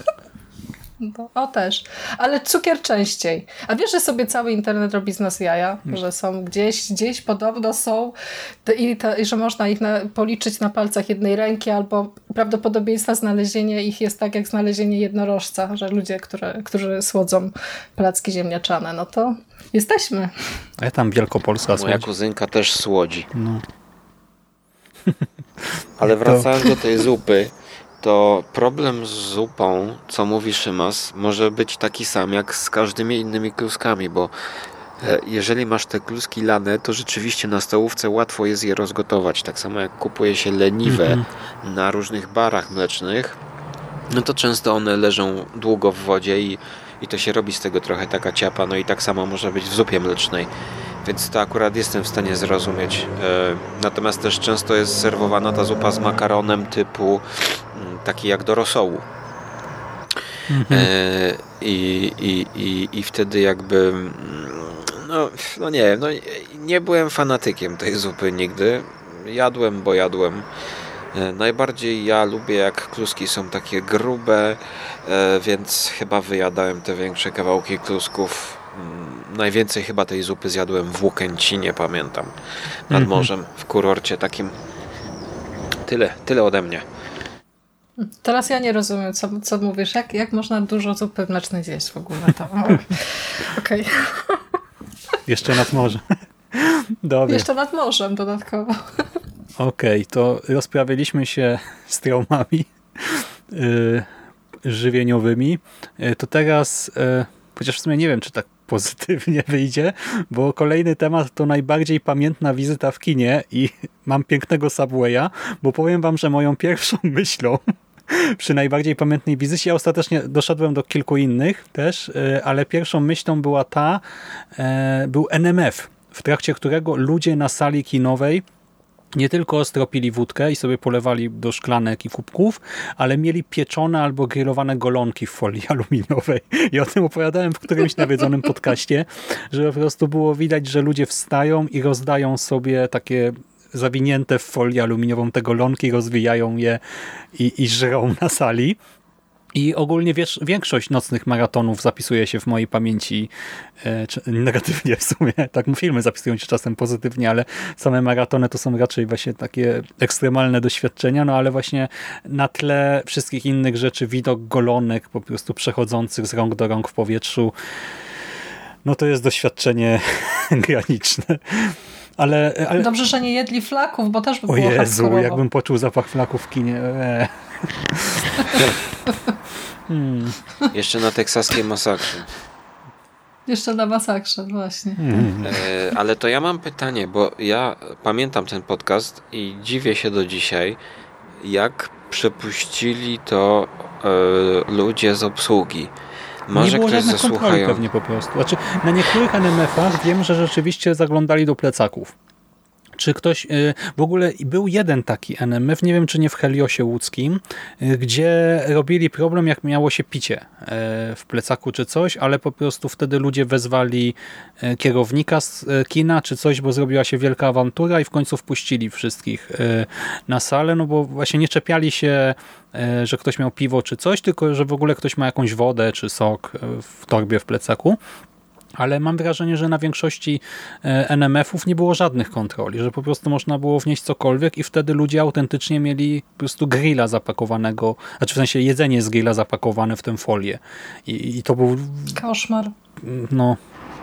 O też. Ale cukier częściej. A wiesz, że sobie cały internet robi z nas jaja? Że są gdzieś podobno są i że można ich policzyć na palcach jednej ręki, albo prawdopodobieństwa znalezienia ich jest tak jak znalezienie jednorożca, że ludzie, którzy słodzą placki ziemniaczane, no to jesteśmy. A ja tam Wielkopolska słodzi. Moja kuzynka też słodzi. No. Ale wracając do tej zupy, to problem z zupą, co mówi Szymas, może być taki sam jak z każdymi innymi kluskami, bo jeżeli masz te kluski lane, to rzeczywiście na stołówce łatwo jest je rozgotować. Tak samo jak kupuje się leniwe na różnych barach mlecznych, no to często one leżą długo w wodzie i to się robi z tego trochę taka ciapa, no i tak samo może być w zupie mlecznej. Więc to akurat jestem w stanie zrozumieć. Natomiast też często jest serwowana ta zupa z makaronem typu taki jak do rosołu. I wtedy jakby no nie wiem, nie byłem fanatykiem tej zupy nigdy. Jadłem, bo jadłem. Najbardziej ja lubię jak kluski są takie grube, więc chyba wyjadałem te większe kawałki klusków. Najwięcej chyba tej zupy zjadłem w Łukęcinie, pamiętam, nad morzem, w kurorcie takim. Tyle ode mnie. Teraz ja nie rozumiem, co mówisz. Jak można dużo zupy mlecznej zjeść w ogóle? Okej. Jeszcze nad morzem. Dobra. Jeszcze nad morzem dodatkowo. Okej, to rozprawiliśmy się z traumami żywieniowymi. To teraz, chociaż w sumie nie wiem, czy tak pozytywnie wyjdzie, bo kolejny temat to najbardziej pamiętna wizyta w kinie i mam pięknego Subwaya, bo powiem wam, że moją pierwszą myślą przy najbardziej pamiętnej wizycie, ja ostatecznie doszedłem do kilku innych też, ale pierwszą myślą była był NMF w trakcie którego ludzie na sali kinowej nie tylko stropili wódkę i sobie polewali do szklanek i kubków, ale mieli pieczone albo grillowane golonki w folii aluminiowej. I o tym opowiadałem w którymś nawiedzonym podcaście, że po prostu było widać, że ludzie wstają i rozdają sobie takie zawinięte w folię aluminiową te golonki, rozwijają je i żrą na sali. I ogólnie większość nocnych maratonów zapisuje się w mojej pamięci negatywnie w sumie. Tak, filmy zapisują się czasem pozytywnie, ale same maratony to są raczej właśnie takie ekstremalne doświadczenia, no ale właśnie na tle wszystkich innych rzeczy, widok golonek po prostu przechodzących z rąk do rąk w powietrzu, no to jest doświadczenie graniczne. Ale... Dobrze, że nie jedli flaków, bo też by było O Jezu, hardkorowo. jakbym poczuł zapach flaków w kinie. Jeszcze na teksaskiej masakrze. Jeszcze na masakrze, właśnie. Ale to ja mam pytanie, bo ja pamiętam ten podcast i dziwię się do dzisiaj, jak przepuścili to ludzie z obsługi. Może nie było ktoś żadnych kontroli zasłuchają. pewnie po prostu. Znaczy, na niektórych NMF-ach wiem, że rzeczywiście zaglądali do plecaków. Czy ktoś, w ogóle był jeden taki NMF, nie wiem czy nie w Heliosie łódzkim, gdzie robili problem jak miało się picie w plecaku czy coś, ale po prostu wtedy ludzie wezwali kierownika z kina czy coś, bo zrobiła się wielka awantura i w końcu wpuścili wszystkich na salę, no bo właśnie nie czepiali się, że ktoś miał piwo czy coś, tylko że w ogóle ktoś ma jakąś wodę czy sok w torbie w plecaku. Ale mam wrażenie, że na większości NMF-ów nie było żadnych kontroli, że po prostu można było wnieść cokolwiek i wtedy ludzie autentycznie mieli po prostu grilla zapakowanego, znaczy w sensie jedzenie z grilla zapakowane w tę folię. I to był... Koszmar. No...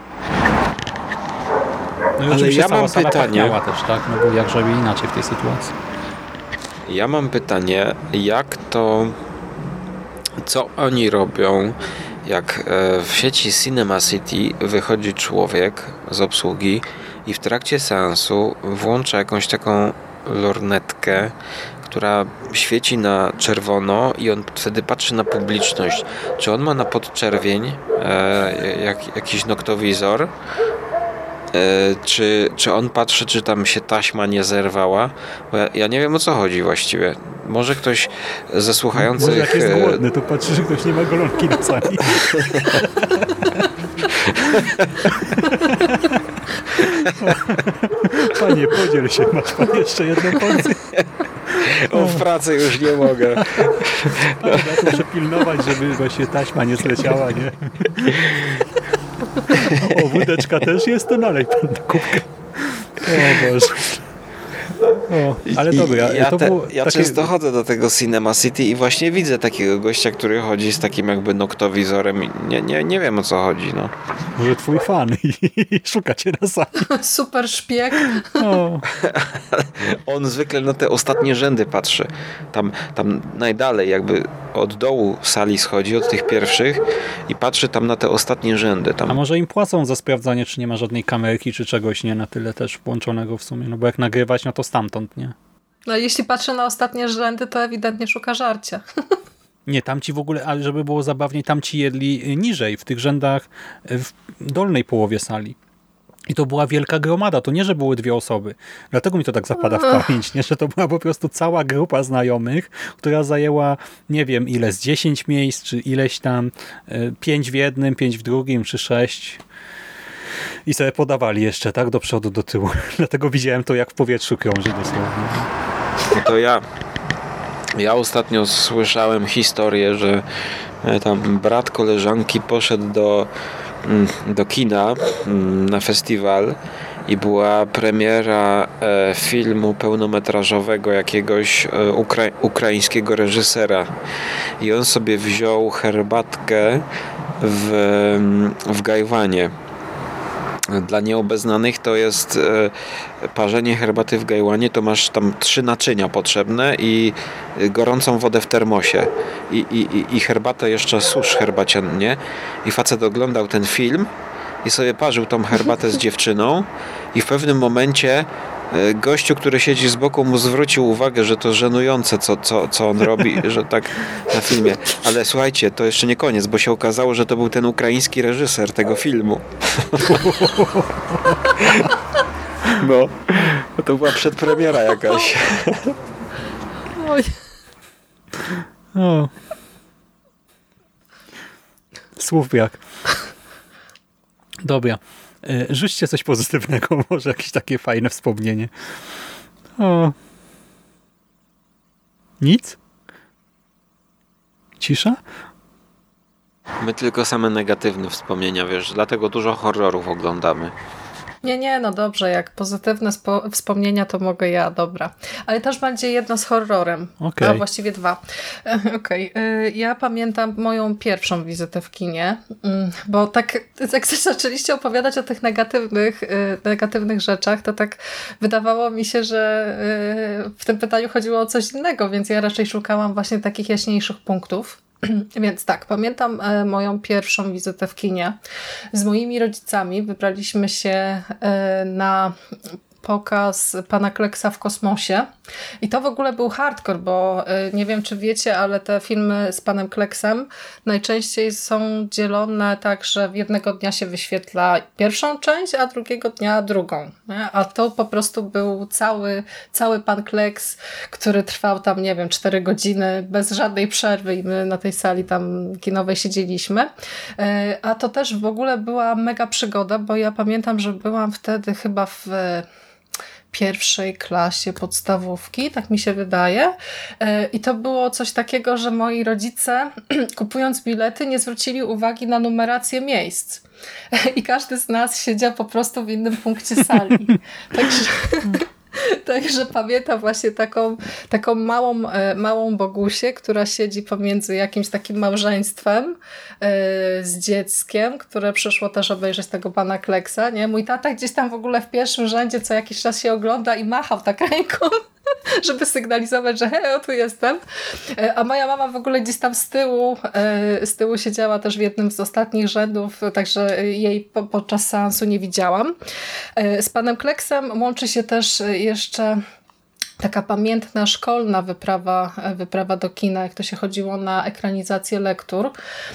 No i Ale oczywiście ja cała mam sala pytanie. pachniała też, tak? No bo jak żeby inaczej w tej sytuacji. Ja mam pytanie, jak to... Co oni robią, jak w sieci Cinema City wychodzi człowiek z obsługi i w trakcie seansu włącza jakąś taką lornetkę, która świeci na czerwono i on wtedy patrzy na publiczność. Czy on ma na podczerwień jakiś noktowizor? Czy on patrzy, czy tam się taśma nie zerwała? Bo ja nie wiem, o co chodzi właściwie. Może ktoś ze słuchających... Może jak jest głodny, to patrzy, że ktoś nie ma golonki na sali. Panie, podziel się, masz pan jeszcze jedną porcję? O, w pracy już nie mogę. Ja to muszę pilnować, żeby właśnie taśma nie zleciała, nie? O, wódeczka też jest, to nalej pan na kubkę. O Boże. O, ale dobra. Ja często chodzę do tego Cinema City i właśnie widzę takiego gościa, który chodzi z takim jakby noktowizorem i nie wiem, o co chodzi. No. Może twój fan i szuka cię na sali. Super szpieg. O. On zwykle na te ostatnie rzędy patrzy. Tam najdalej jakby od dołu sali schodzi, od tych pierwszych i patrzy tam na te ostatnie rzędy. Tam. A może im płacą za sprawdzanie, czy nie ma żadnej kamerki, czy czegoś nie na tyle też włączonego w sumie. No bo jak nagrywać, no to stamtąd, nie? No jeśli patrzę na ostatnie rzędy, to ewidentnie szuka żarcia. Nie, tamci w ogóle, ale żeby było zabawniej, tamci jedli niżej, w tych rzędach w dolnej połowie sali. I to była wielka gromada, to nie, że były dwie osoby. Dlatego mi to tak zapada w pamięć, nie? Że to była po prostu cała grupa znajomych, która zajęła, nie wiem ile, z 10 miejsc, czy ileś tam, 5 w jednym, 5 w drugim, czy 6. I sobie podawali jeszcze, tak? Do przodu, do tyłu. Dlatego widziałem to, jak w powietrzu krąży dosłownie. No to ja ostatnio słyszałem historię, że tam brat koleżanki poszedł do kina na festiwal i była premiera filmu pełnometrażowego jakiegoś ukraińskiego reżysera i on sobie wziął herbatkę w gajwanie. Dla nieobeznanych to jest parzenie herbaty w gajwanie, to masz tam 3 naczynia potrzebne i gorącą wodę w termosie i herbatę jeszcze susz herbacianie i facet oglądał ten film i sobie parzył tą herbatę z dziewczyną i w pewnym momencie gościu, który siedzi z boku, mu zwrócił uwagę, że to żenujące, co on robi, że tak na filmie. Ale słuchajcie, to jeszcze nie koniec, bo się okazało, że to był ten ukraiński reżyser tego filmu. No, to była przedpremiera jakaś. Oj. O. Słów brak. Dobra. Rzućcie coś pozytywnego, może jakieś takie fajne wspomnienie. O. Nic? Cisza? My tylko same negatywne wspomnienia, wiesz, dlatego dużo horrorów oglądamy. Nie, no dobrze, jak pozytywne wspomnienia to mogę ja, dobra. Ale też będzie jedno z horrorem, a właściwie dwa. Okej. Ja pamiętam moją pierwszą wizytę w kinie, bo tak jak zaczęliście opowiadać o tych negatywnych rzeczach, to tak wydawało mi się, że w tym pytaniu chodziło o coś innego, więc ja raczej szukałam właśnie takich jaśniejszych punktów. Więc tak, pamiętam moją pierwszą wizytę w kinie. Z moimi rodzicami wybraliśmy się na pokaz Pana Kleksa w kosmosie. I to w ogóle był hardcore, bo nie wiem, czy wiecie, ale te filmy z Panem Kleksem najczęściej są dzielone tak, że jednego dnia się wyświetla pierwszą część, a drugiego dnia drugą. Nie? A to po prostu był cały Pan Kleks, który trwał tam, nie wiem, 4 godziny bez żadnej przerwy i my na tej sali tam kinowej siedzieliśmy. A to też w ogóle była mega przygoda, bo ja pamiętam, że byłam wtedy chyba w pierwszej klasie podstawówki, tak mi się wydaje. I to było coś takiego, że moi rodzice, kupując bilety, nie zwrócili uwagi na numerację miejsc. I każdy z nas siedział po prostu w innym punkcie sali. Także pamiętam właśnie taką małą Bogusię, która siedzi pomiędzy jakimś takim małżeństwem z dzieckiem, które przyszło też obejrzeć tego Pana Kleksa. Nie? Mój tata gdzieś tam w ogóle w pierwszym rzędzie co jakiś czas się ogląda i machał tak ręką, żeby sygnalizować, że hej, o tu jestem. A moja mama w ogóle gdzieś tam z tyłu siedziała też w jednym z ostatnich rzędów, także jej podczas seansu nie widziałam. Z Panem Kleksem łączy się też jeszcze taka pamiętna szkolna wyprawa do kina, jak to się chodziło na ekranizację lektur.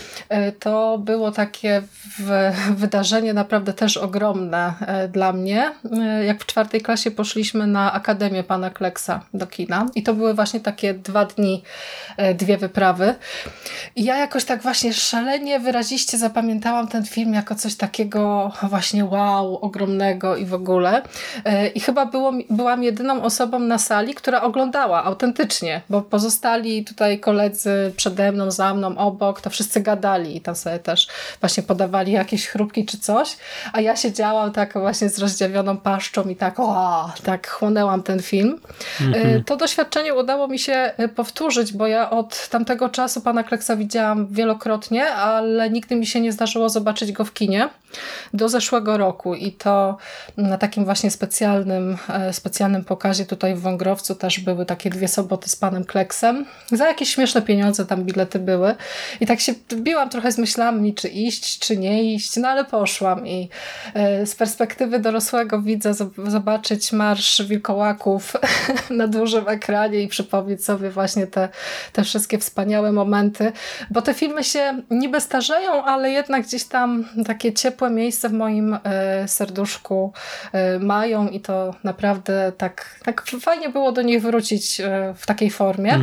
To było takie wydarzenie naprawdę też ogromne dla mnie. Jak w 4. klasie poszliśmy na Akademię Pana Kleksa do kina i to były właśnie takie 2 dni, 2 wyprawy. I ja jakoś tak właśnie szalenie wyraziście zapamiętałam ten film jako coś takiego właśnie wow, ogromnego i w ogóle. I chyba byłam jedyną osobą na sali, która oglądała autentycznie, bo pozostali tutaj koledzy przede mną, za mną, obok, to wszyscy gadali i tam sobie też właśnie podawali jakieś chrupki czy coś, a ja siedziałam tak właśnie z rozdziawioną paszczą i tak chłonęłam ten film. To doświadczenie udało mi się powtórzyć, bo ja od tamtego czasu Pana Kleksa widziałam wielokrotnie, ale nigdy mi się nie zdarzyło zobaczyć go w kinie do zeszłego roku i to na takim właśnie specjalnym pokazie tutaj w Wągrowcu też były takie 2 soboty z Panem Kleksem. Za jakieś śmieszne pieniądze tam bilety były i tak się biłam trochę z myślami, czy iść, czy nie iść, no ale poszłam i z perspektywy dorosłego widza zobaczyć Marsz Wilkołaków na dużym ekranie i przypomnieć sobie właśnie te wszystkie wspaniałe momenty, bo te filmy się niby starzeją, ale jednak gdzieś tam takie ciepłe miejsce w moim serduszku mają i to naprawdę tak fajnie było do nich wrócić w takiej formie.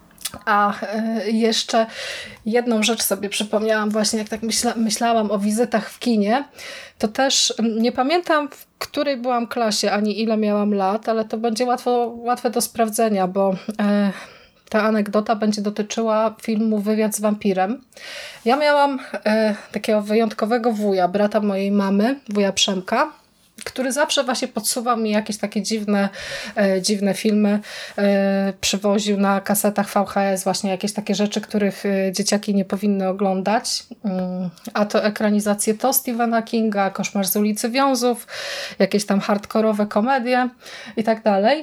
A jeszcze jedną rzecz sobie przypomniałam właśnie, jak tak myślałam o wizytach w kinie, to też nie pamiętam, w której byłam klasie, ani ile miałam lat, ale to będzie łatwe do sprawdzenia, bo ta anegdota będzie dotyczyła filmu Wywiad z wampirem. Ja miałam takiego wyjątkowego wuja, brata mojej mamy, wuja Przemka, który zawsze właśnie podsuwał mi jakieś takie dziwne filmy. Przywoził na kasetach VHS właśnie jakieś takie rzeczy, których dzieciaki nie powinny oglądać. A to ekranizacje to Stephena Kinga, Koszmar z ulicy Wiązów, jakieś tam hardkorowe komedie i tak dalej.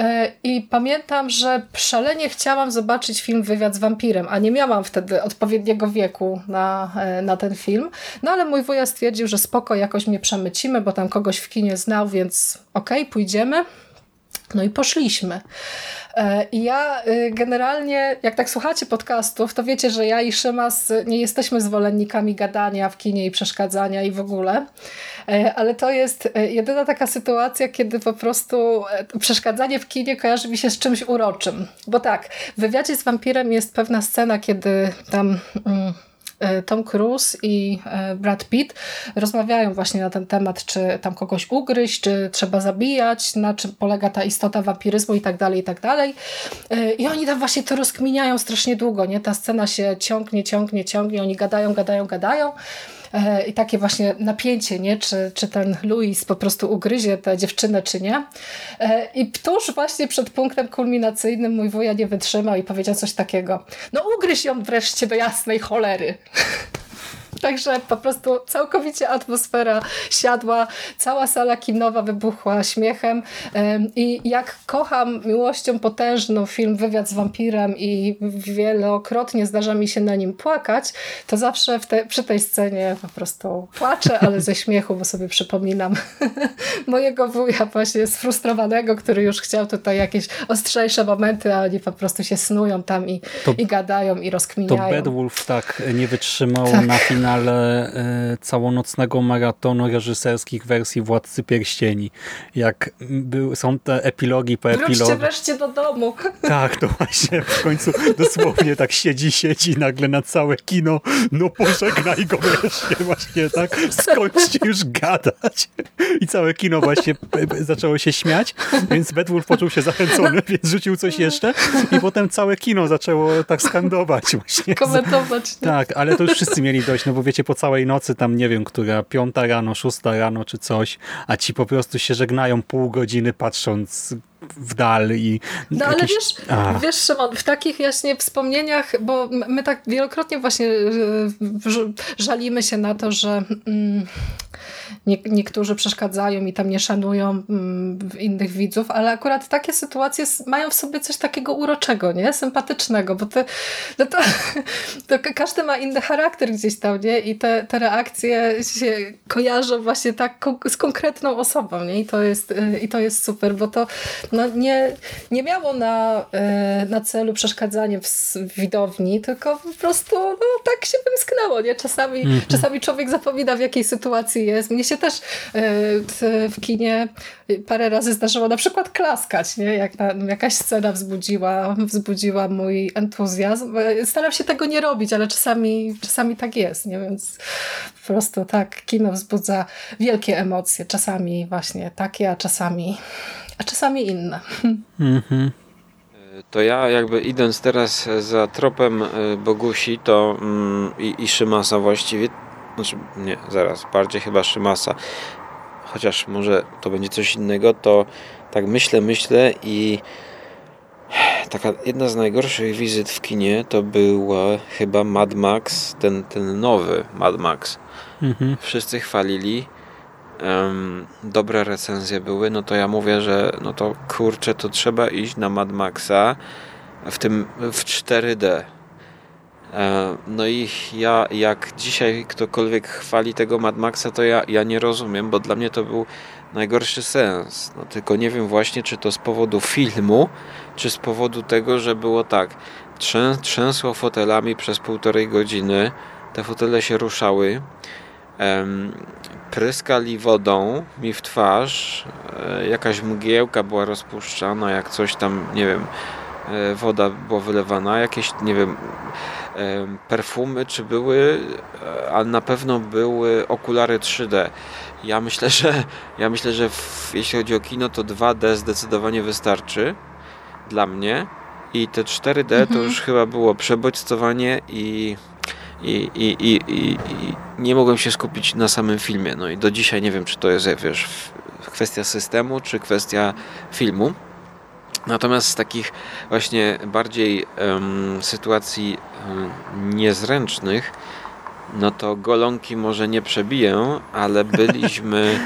I pamiętam, że szalenie chciałam zobaczyć film Wywiad z wampirem, a nie miałam wtedy odpowiedniego wieku na ten film. No ale mój wuja stwierdził, że spoko, jakoś mnie przemycimy, bo tam kogoś w kinie znał, więc okej, pójdziemy. No i poszliśmy. I ja generalnie, jak tak słuchacie podcastów, to wiecie, że ja i Szymas nie jesteśmy zwolennikami gadania w kinie i przeszkadzania i w ogóle, ale to jest jedyna taka sytuacja, kiedy po prostu przeszkadzanie w kinie kojarzy mi się z czymś uroczym. Bo tak, w Wywiadzie z wampirem jest pewna scena, kiedy tam Tom Cruise i Brad Pitt rozmawiają właśnie na ten temat, czy tam kogoś ugryźć, czy trzeba zabijać, na czym polega ta istota wampiryzmu i tak dalej, i tak dalej. I oni tam właśnie to rozkminiają strasznie długo, nie? Ta scena się ciągnie, oni gadają. I takie właśnie napięcie, nie? Czy ten Louis po prostu ugryzie tę dziewczynę, czy nie. I tuż właśnie przed punktem kulminacyjnym mój wuja nie wytrzymał i powiedział coś takiego: no ugryź ją wreszcie do jasnej cholery. Także po prostu całkowicie atmosfera siadła, cała sala kinowa wybuchła śmiechem i jak kocham miłością potężną film Wywiad z wampirem i wielokrotnie zdarza mi się na nim płakać, to zawsze przy tej scenie po prostu płaczę, ale ze śmiechu, bo sobie przypominam mojego wuja właśnie sfrustrowanego, który już chciał tutaj jakieś ostrzejsze momenty, a oni po prostu się snują tam i gadają i rozkminiają. To Beowulf tak nie wytrzymał na finale całonocnego maratonu reżyserskich wersji Władcy Pierścieni. Jak są te epilogi po epilogach. Wróćcie wreszcie do domu. Tak, to właśnie w końcu dosłownie tak siedzi nagle na całe kino. No pożegnaj go wreszcie właśnie, tak? Skończcie już gadać. I całe kino właśnie zaczęło się śmiać, więc Beowulf poczuł się zachęcony, więc rzucił coś jeszcze i potem całe kino zaczęło tak skandować właśnie. Komentować. Tak, ale to już wszyscy mieli dość, no bo wiecie, po całej nocy tam nie wiem, która 5 rano, 6 rano czy coś, a ci po prostu się żegnają pół godziny patrząc w dal i... No ale wiesz Szymon, w takich właśnie wspomnieniach, bo my tak wielokrotnie właśnie żalimy się na to, że niektórzy przeszkadzają i tam nie szanują innych widzów, ale akurat takie sytuacje mają w sobie coś takiego uroczego, nie? Sympatycznego, bo to każdy ma inny charakter gdzieś tam, nie? I te reakcje się kojarzą właśnie tak z konkretną osobą, nie? I to jest super, bo to nie miało na celu przeszkadzanie w widowni, tylko po prostu tak się wymsknęło, nie? Czasami człowiek zapomina, w jakiej sytuacji jest. Mnie się też w kinie parę razy zdarzyło na przykład klaskać, nie? Jak jakaś scena wzbudziła mój entuzjazm. Staram się tego nie robić, ale czasami tak jest, nie? Więc po prostu tak, kino wzbudza wielkie emocje. Czasami właśnie takie, a czasami inne. Mm-hmm. To ja jakby idąc teraz za tropem Bogusi to i Szymasa właściwie, znaczy nie, zaraz, bardziej chyba Szymasa, chociaż może to będzie coś innego, to tak myślę i taka jedna z najgorszych wizyt w kinie to była chyba Mad Max, ten nowy Mad Max. Mm-hmm. Wszyscy chwalili. Dobre recenzje były, no to ja mówię, że no to kurczę, to trzeba iść na Mad Maxa w 4D. No i ja, jak dzisiaj ktokolwiek chwali tego Mad Maxa, to ja nie rozumiem, bo dla mnie to był najgorszy sens. No tylko nie wiem właśnie, czy to z powodu filmu, czy z powodu tego, że było tak, trzęsło fotelami przez 1,5 godziny, te fotele się ruszały, pryskali wodą mi w twarz, jakaś mgiełka była rozpuszczana, jak coś tam, nie wiem, woda była wylewana, jakieś, nie wiem, perfumy czy były, ale na pewno były okulary 3D. Ja myślę, że jeśli chodzi o kino, to 2D zdecydowanie wystarczy dla mnie i te 4D to już chyba było przebodźcowanie i nie mogłem się skupić na samym filmie. No i do dzisiaj nie wiem, czy to jest, wiesz, kwestia systemu, czy kwestia filmu. Natomiast z takich właśnie bardziej sytuacji niezręcznych, no to golonki może nie przebiję, ale byliśmy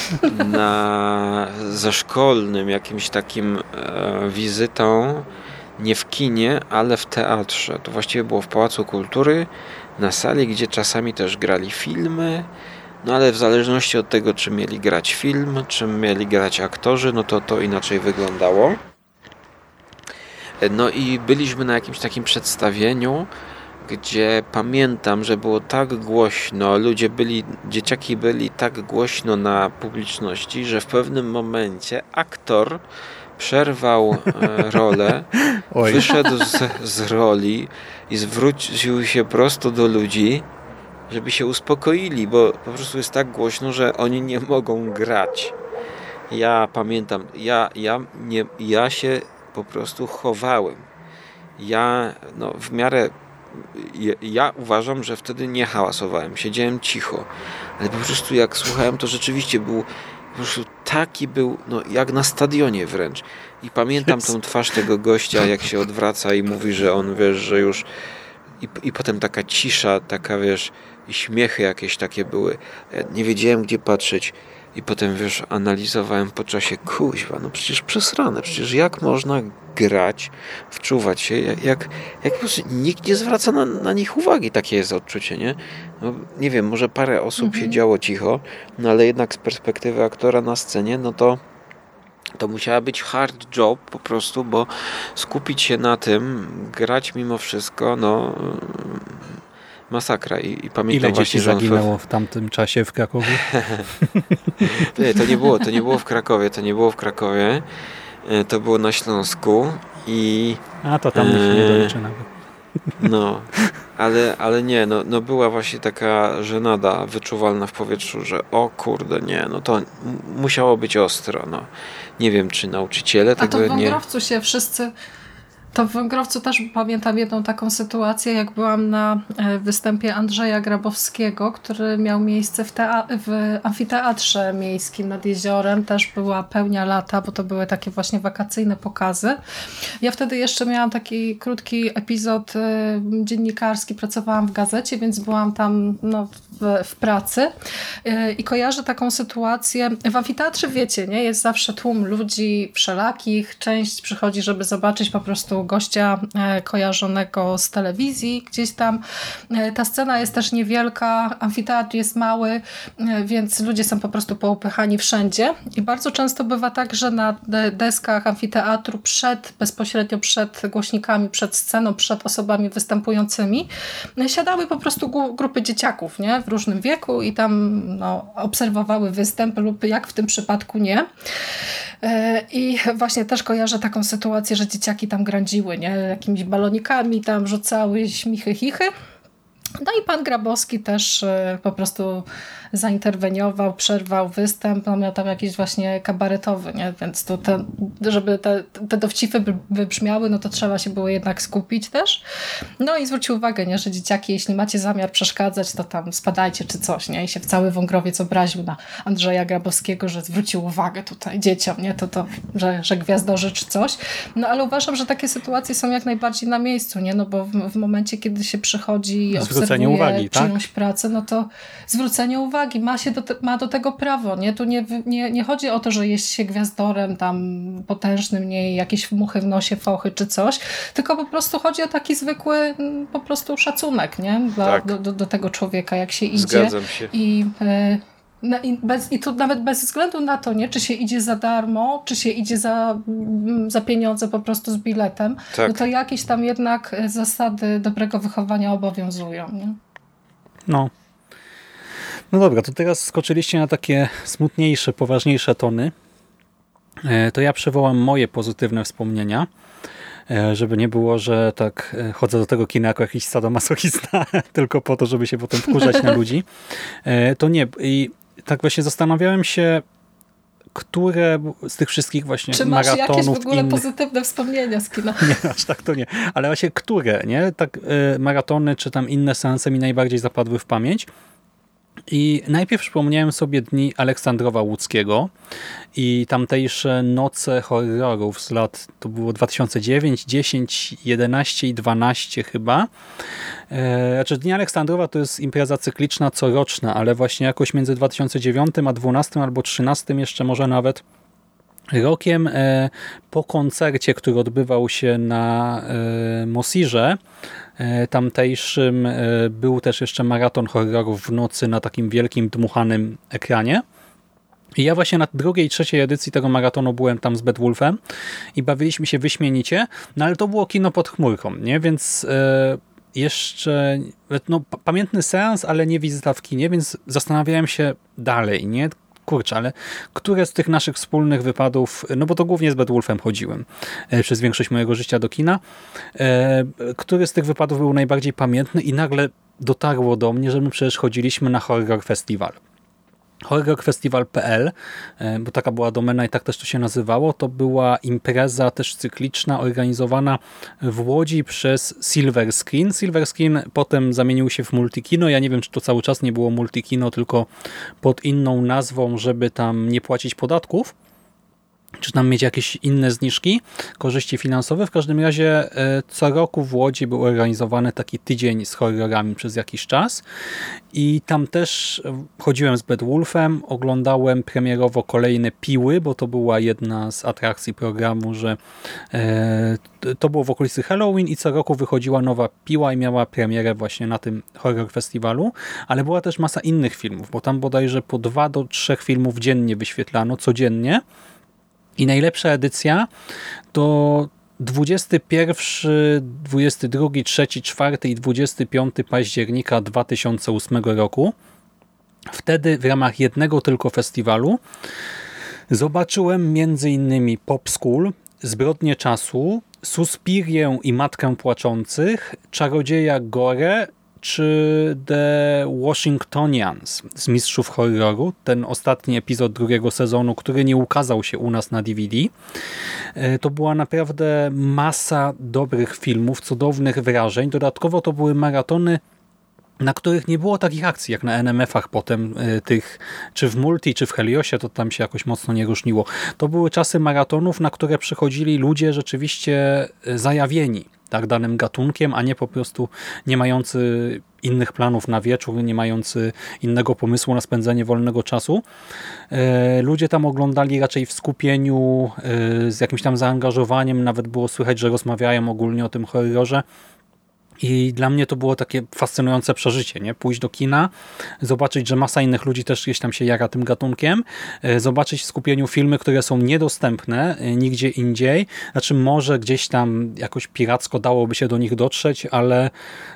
ze szkolnym jakimś takim wizytą, nie w kinie, ale w teatrze. To właściwie było w Pałacu Kultury, na sali, gdzie czasami też grali filmy, no ale w zależności od tego, czy mieli grać film, czy mieli grać aktorzy, no to inaczej wyglądało. No i byliśmy na jakimś takim przedstawieniu, gdzie pamiętam, że było tak głośno, dzieciaki byli tak głośno na publiczności, że w pewnym momencie aktor przerwał rolę, wyszedł z roli i zwrócił się prosto do ludzi, żeby się uspokoili, bo po prostu jest tak głośno, że oni nie mogą grać. Ja pamiętam, ja się po prostu chowałem. W miarę ja uważam, że wtedy nie hałasowałem, siedziałem cicho, ale po prostu jak słuchałem, to rzeczywiście po prostu taki był, jak na stadionie wręcz. I pamiętam tą twarz tego gościa, jak się odwraca i mówi, że on, że już... I potem taka cisza, taka, i śmiechy jakieś takie były. Ja nie wiedziałem, gdzie patrzeć. I potem, analizowałem po czasie, kuźwa, przecież przesrane, przecież jak można grać, wczuwać się, jak po prostu nikt nie zwraca na nich uwagi, takie jest odczucie, nie? Nie wiem, może parę osób siedziało cicho, ale jednak z perspektywy aktora na scenie, to musiała być hard job po prostu, bo skupić się na tym, grać mimo wszystko, masakra. I pamiętam ile dzieci zaginęło w tamtym czasie w Krakowie? Nie, to nie było w Krakowie. To było na Śląsku i... A to tam się nie doliczy nawet. Ale nie, była właśnie taka żenada wyczuwalna w powietrzu, że o kurde, nie, to musiało być ostro, Nie wiem, czy nauczyciele tego nie... A to w Wągrowcu się wszyscy... To w Wągrowcu też pamiętam jedną taką sytuację, jak byłam na występie Andrzeja Grabowskiego, który miał miejsce w amfiteatrze miejskim nad jeziorem. Też była pełnia lata, bo to były takie właśnie wakacyjne pokazy. Ja wtedy jeszcze miałam taki krótki epizod dziennikarski, pracowałam w gazecie, więc byłam tam w pracy i kojarzę taką sytuację. W amfiteatrze, wiecie, nie, jest zawsze tłum ludzi wszelakich. Część przychodzi, żeby zobaczyć po prostu gościa kojarzonego z telewizji. Gdzieś tam ta scena jest też niewielka, amfiteatr jest mały, więc ludzie są po prostu poupychani wszędzie. I bardzo często bywa tak, że na deskach amfiteatru bezpośrednio przed głośnikami, przed sceną, przed osobami występującymi siadały po prostu grupy dzieciaków, nie? W różnym wieku i tam obserwowały występ lub jak w tym przypadku nie. I właśnie też kojarzę taką sytuację, że dzieciaki tam grandziły, nie? Jakimiś balonikami tam rzucały śmichy, chichy. No i pan Grabowski też po prostu zainterweniował, przerwał występ, miał tam jakiś właśnie kabaretowy, nie? Więc to żeby te dowcipy wybrzmiały, to trzeba się było jednak skupić też. No i zwrócił uwagę, nie? Że dzieciaki, jeśli macie zamiar przeszkadzać, to tam spadajcie czy coś, nie? I się cały Wągrowiec obraził na Andrzeja Grabowskiego, że zwrócił uwagę tutaj dzieciom, nie? Że gwiazdorzy czy coś. Ale uważam, że takie sytuacje są jak najbardziej na miejscu, nie? Bo w momencie, kiedy się przychodzi i obserwuje uwagi, czyjąś pracę, to zwrócenie uwagi ma do tego prawo, nie? Tu nie chodzi o to, że jest się gwiazdorem tam potężnym, nie, jakieś muchy w nosie, fochy czy coś, tylko po prostu chodzi o taki zwykły po prostu szacunek, nie? Do tego człowieka, jak się idzie. Zgadzam się. I to nawet bez względu na to, nie, czy się idzie za darmo, czy się idzie za pieniądze po prostu z biletem, to jakieś tam jednak zasady dobrego wychowania obowiązują. Nie? No dobra, to teraz skoczyliście na takie smutniejsze, poważniejsze tony. To ja przywołam moje pozytywne wspomnienia, żeby nie było, że tak chodzę do tego kina jako jakiś sadomasochista, tylko po to, żeby się potem wkurzać na ludzi. To nie. I tak właśnie zastanawiałem się, które z tych wszystkich właśnie maratonów... Czy masz jakieś w ogóle pozytywne wspomnienia z kina? Nie, aż tak to nie. Ale właśnie które, nie? Tak maratony czy tam inne seanse mi najbardziej zapadły w pamięć. I najpierw przypomniałem sobie dni Aleksandrowa Łódzkiego i tamtejsze noce horrorów z lat, to było 2009, 10, 11 i 12 chyba. Znaczy Dni Aleksandrowa to jest impreza cykliczna coroczna, ale właśnie jakoś między 2009 a 12 albo 13 jeszcze może nawet rokiem. Po koncercie, który odbywał się na Mosirze tamtejszym, był też jeszcze maraton horrorów w nocy na takim wielkim, dmuchanym ekranie. I ja właśnie na drugiej i trzeciej edycji tego maratonu byłem tam z Beowulfem i bawiliśmy się wyśmienicie, no ale to było kino pod chmurką, nie? Więc jeszcze pamiętny seans, ale nie wizyta w kinie, więc zastanawiałem się dalej, nie? Kurczę, ale które z tych naszych wspólnych wypadów, no bo to głównie z Beowulfem chodziłem przez większość mojego życia do kina, który z tych wypadów był najbardziej pamiętny i nagle dotarło do mnie, że my przecież chodziliśmy na Horror Festival. Horrorfestival.pl, bo taka była domena i tak też to się nazywało, to była impreza też cykliczna organizowana w Łodzi przez Silver Screen. Silver Screen potem zamienił się w Multikino. Ja nie wiem, czy to cały czas nie było Multikino, tylko pod inną nazwą, żeby tam nie płacić podatków, czy tam mieć jakieś inne zniżki, korzyści finansowe. W każdym razie co roku w Łodzi był organizowany taki tydzień z horrorami przez jakiś czas i tam też chodziłem z Beowulfem, oglądałem premierowo kolejne Piły, bo to była jedna z atrakcji programu, że to było w okolicy Halloween i co roku wychodziła nowa Piła i miała premierę właśnie na tym horror festiwalu, ale była też masa innych filmów, bo tam bodajże po 2 do 3 filmów dziennie wyświetlano, codziennie. I najlepsza edycja to 21, 22, 3, 4 i 25 października 2008 roku. Wtedy w ramach jednego tylko festiwalu zobaczyłem m.in. Pop School, Zbrodnie czasu, Suspirię i Matkę płaczących, Czarodzieja Gore czy The Washingtonians z Mistrzów Horroru, ten ostatni epizod drugiego sezonu, który nie ukazał się u nas na DVD. To była naprawdę masa dobrych filmów, cudownych wrażeń. Dodatkowo to były maratony, na których nie było takich akcji jak na NMF-ach potem tych, czy w Multi, czy w Heliosie, to tam się jakoś mocno nie różniło. To były czasy maratonów, na które przychodzili ludzie rzeczywiście zajawieni tak danym gatunkiem, a nie po prostu nie mający innych planów na wieczór, nie mający innego pomysłu na spędzenie wolnego czasu. Ludzie tam oglądali raczej w skupieniu, z jakimś tam zaangażowaniem, nawet było słychać, że rozmawiają ogólnie o tym horrorze. I dla mnie to było takie fascynujące przeżycie, nie? Pójść do kina, zobaczyć, że masa innych ludzi też gdzieś tam się jara tym gatunkiem, zobaczyć w skupieniu filmy, które są niedostępne nigdzie indziej. Znaczy może gdzieś tam jakoś piracko dałoby się do nich dotrzeć, ale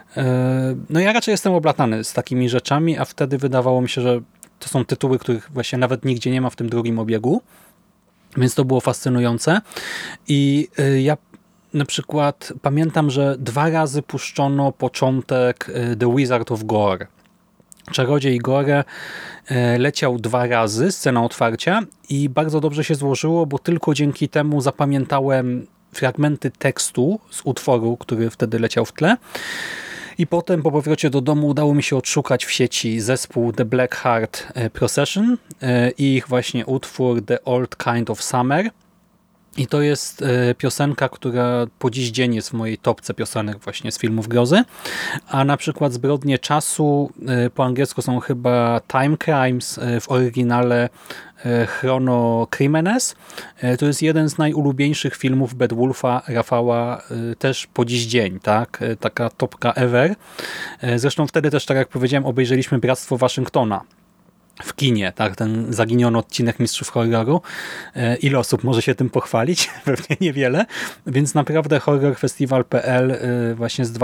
no ja raczej jestem oblatany z takimi rzeczami, a wtedy wydawało mi się, że to są tytuły, których właśnie nawet nigdzie nie ma w tym drugim obiegu, więc to było fascynujące. I ja na przykład pamiętam, że 2 razy puszczono początek The Wizard of Gore. Czarodziej Gore leciał 2 razy, scena otwarcia i bardzo dobrze się złożyło, bo tylko dzięki temu zapamiętałem fragmenty tekstu z utworu, który wtedy leciał w tle. I potem po powrocie do domu udało mi się odszukać w sieci zespół The Black Heart Procession i ich właśnie utwór The Old Kind of Summer. I to jest piosenka, która po dziś dzień jest w mojej topce piosenek właśnie z filmów grozy. A na przykład Zbrodnie czasu po angielsku są chyba Time Crimes, w oryginale Chrono Crimenes. To jest jeden z najulubieńszych filmów Beowulfa, Rafała, też po dziś dzień, tak? Taka topka ever. Zresztą wtedy też, tak jak powiedziałem, obejrzeliśmy Bractwo Waszyngtona w kinie, tak, ten zaginiony odcinek Mistrzów Horroru. Ile osób może się tym pochwalić? Pewnie niewiele. Więc naprawdę horrorfestival.pl właśnie z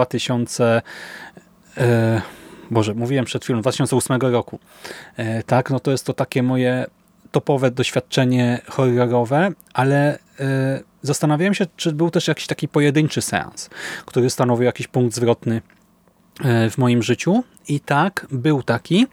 2008 roku. Tak, no to jest to takie moje topowe doświadczenie horrorowe, ale zastanawiałem się, czy był też jakiś taki pojedynczy seans, który stanowił jakiś punkt zwrotny w moim życiu. I tak, był taki.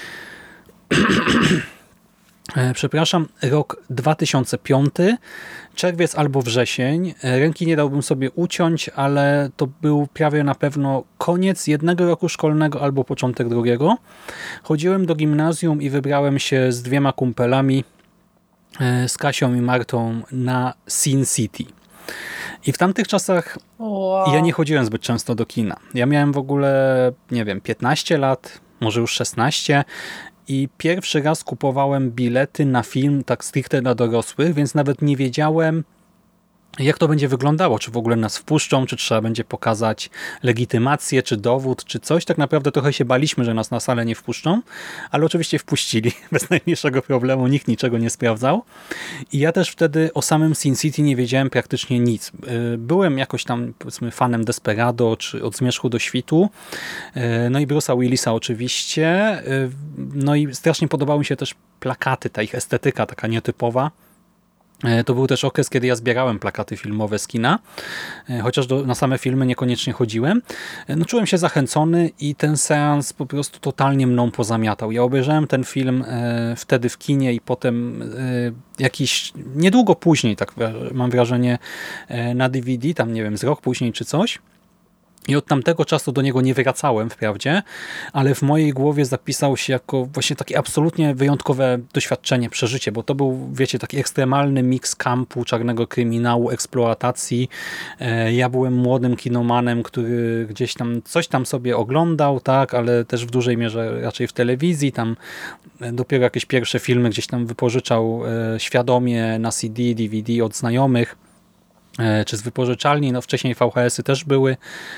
Przepraszam, rok 2005, czerwiec albo wrzesień. Ręki nie dałbym sobie uciąć, ale to był prawie na pewno koniec jednego roku szkolnego albo początek drugiego. Chodziłem do gimnazjum i wybrałem się z 2 kumpelami, z Kasią i Martą, na Sin City. I w tamtych czasach ja nie chodziłem zbyt często do kina. Ja miałem w ogóle, nie wiem, 15 lat, może już 16 i pierwszy raz kupowałem bilety na film tak stricte dla dorosłych, więc nawet nie wiedziałem, jak to będzie wyglądało, czy w ogóle nas wpuszczą, czy trzeba będzie pokazać legitymację, czy dowód, czy coś. Tak naprawdę trochę się baliśmy, że nas na salę nie wpuszczą, ale oczywiście wpuścili bez najmniejszego problemu, nikt niczego nie sprawdzał. I ja też wtedy o samym Sin City nie wiedziałem praktycznie nic. Byłem jakoś tam, powiedzmy, fanem Desperado, czy Od zmierzchu do świtu, no i Bruce'a Willisa oczywiście, no i strasznie podobały mi się też plakaty, ta ich estetyka taka nietypowa. To był też okres, kiedy ja zbierałem plakaty filmowe z kina, chociaż na same filmy niekoniecznie chodziłem. No, czułem się zachęcony i ten seans po prostu totalnie mną pozamiatał. Ja obejrzałem ten film wtedy w kinie i potem jakiś niedługo później, tak mam wrażenie, na DVD, tam nie wiem, z rok później czy coś. I od tamtego czasu do niego nie wracałem wprawdzie, ale w mojej głowie zapisał się jako właśnie takie absolutnie wyjątkowe doświadczenie, przeżycie, bo to był, wiecie, taki ekstremalny miks kampu, czarnego kryminału, eksploatacji. Ja byłem młodym kinomanem, który gdzieś tam coś tam sobie oglądał, tak, ale też w dużej mierze raczej w telewizji, tam dopiero jakieś pierwsze filmy gdzieś tam wypożyczał świadomie na CD, DVD od znajomych, czy z wypożyczalni, no wcześniej VHS-y też były,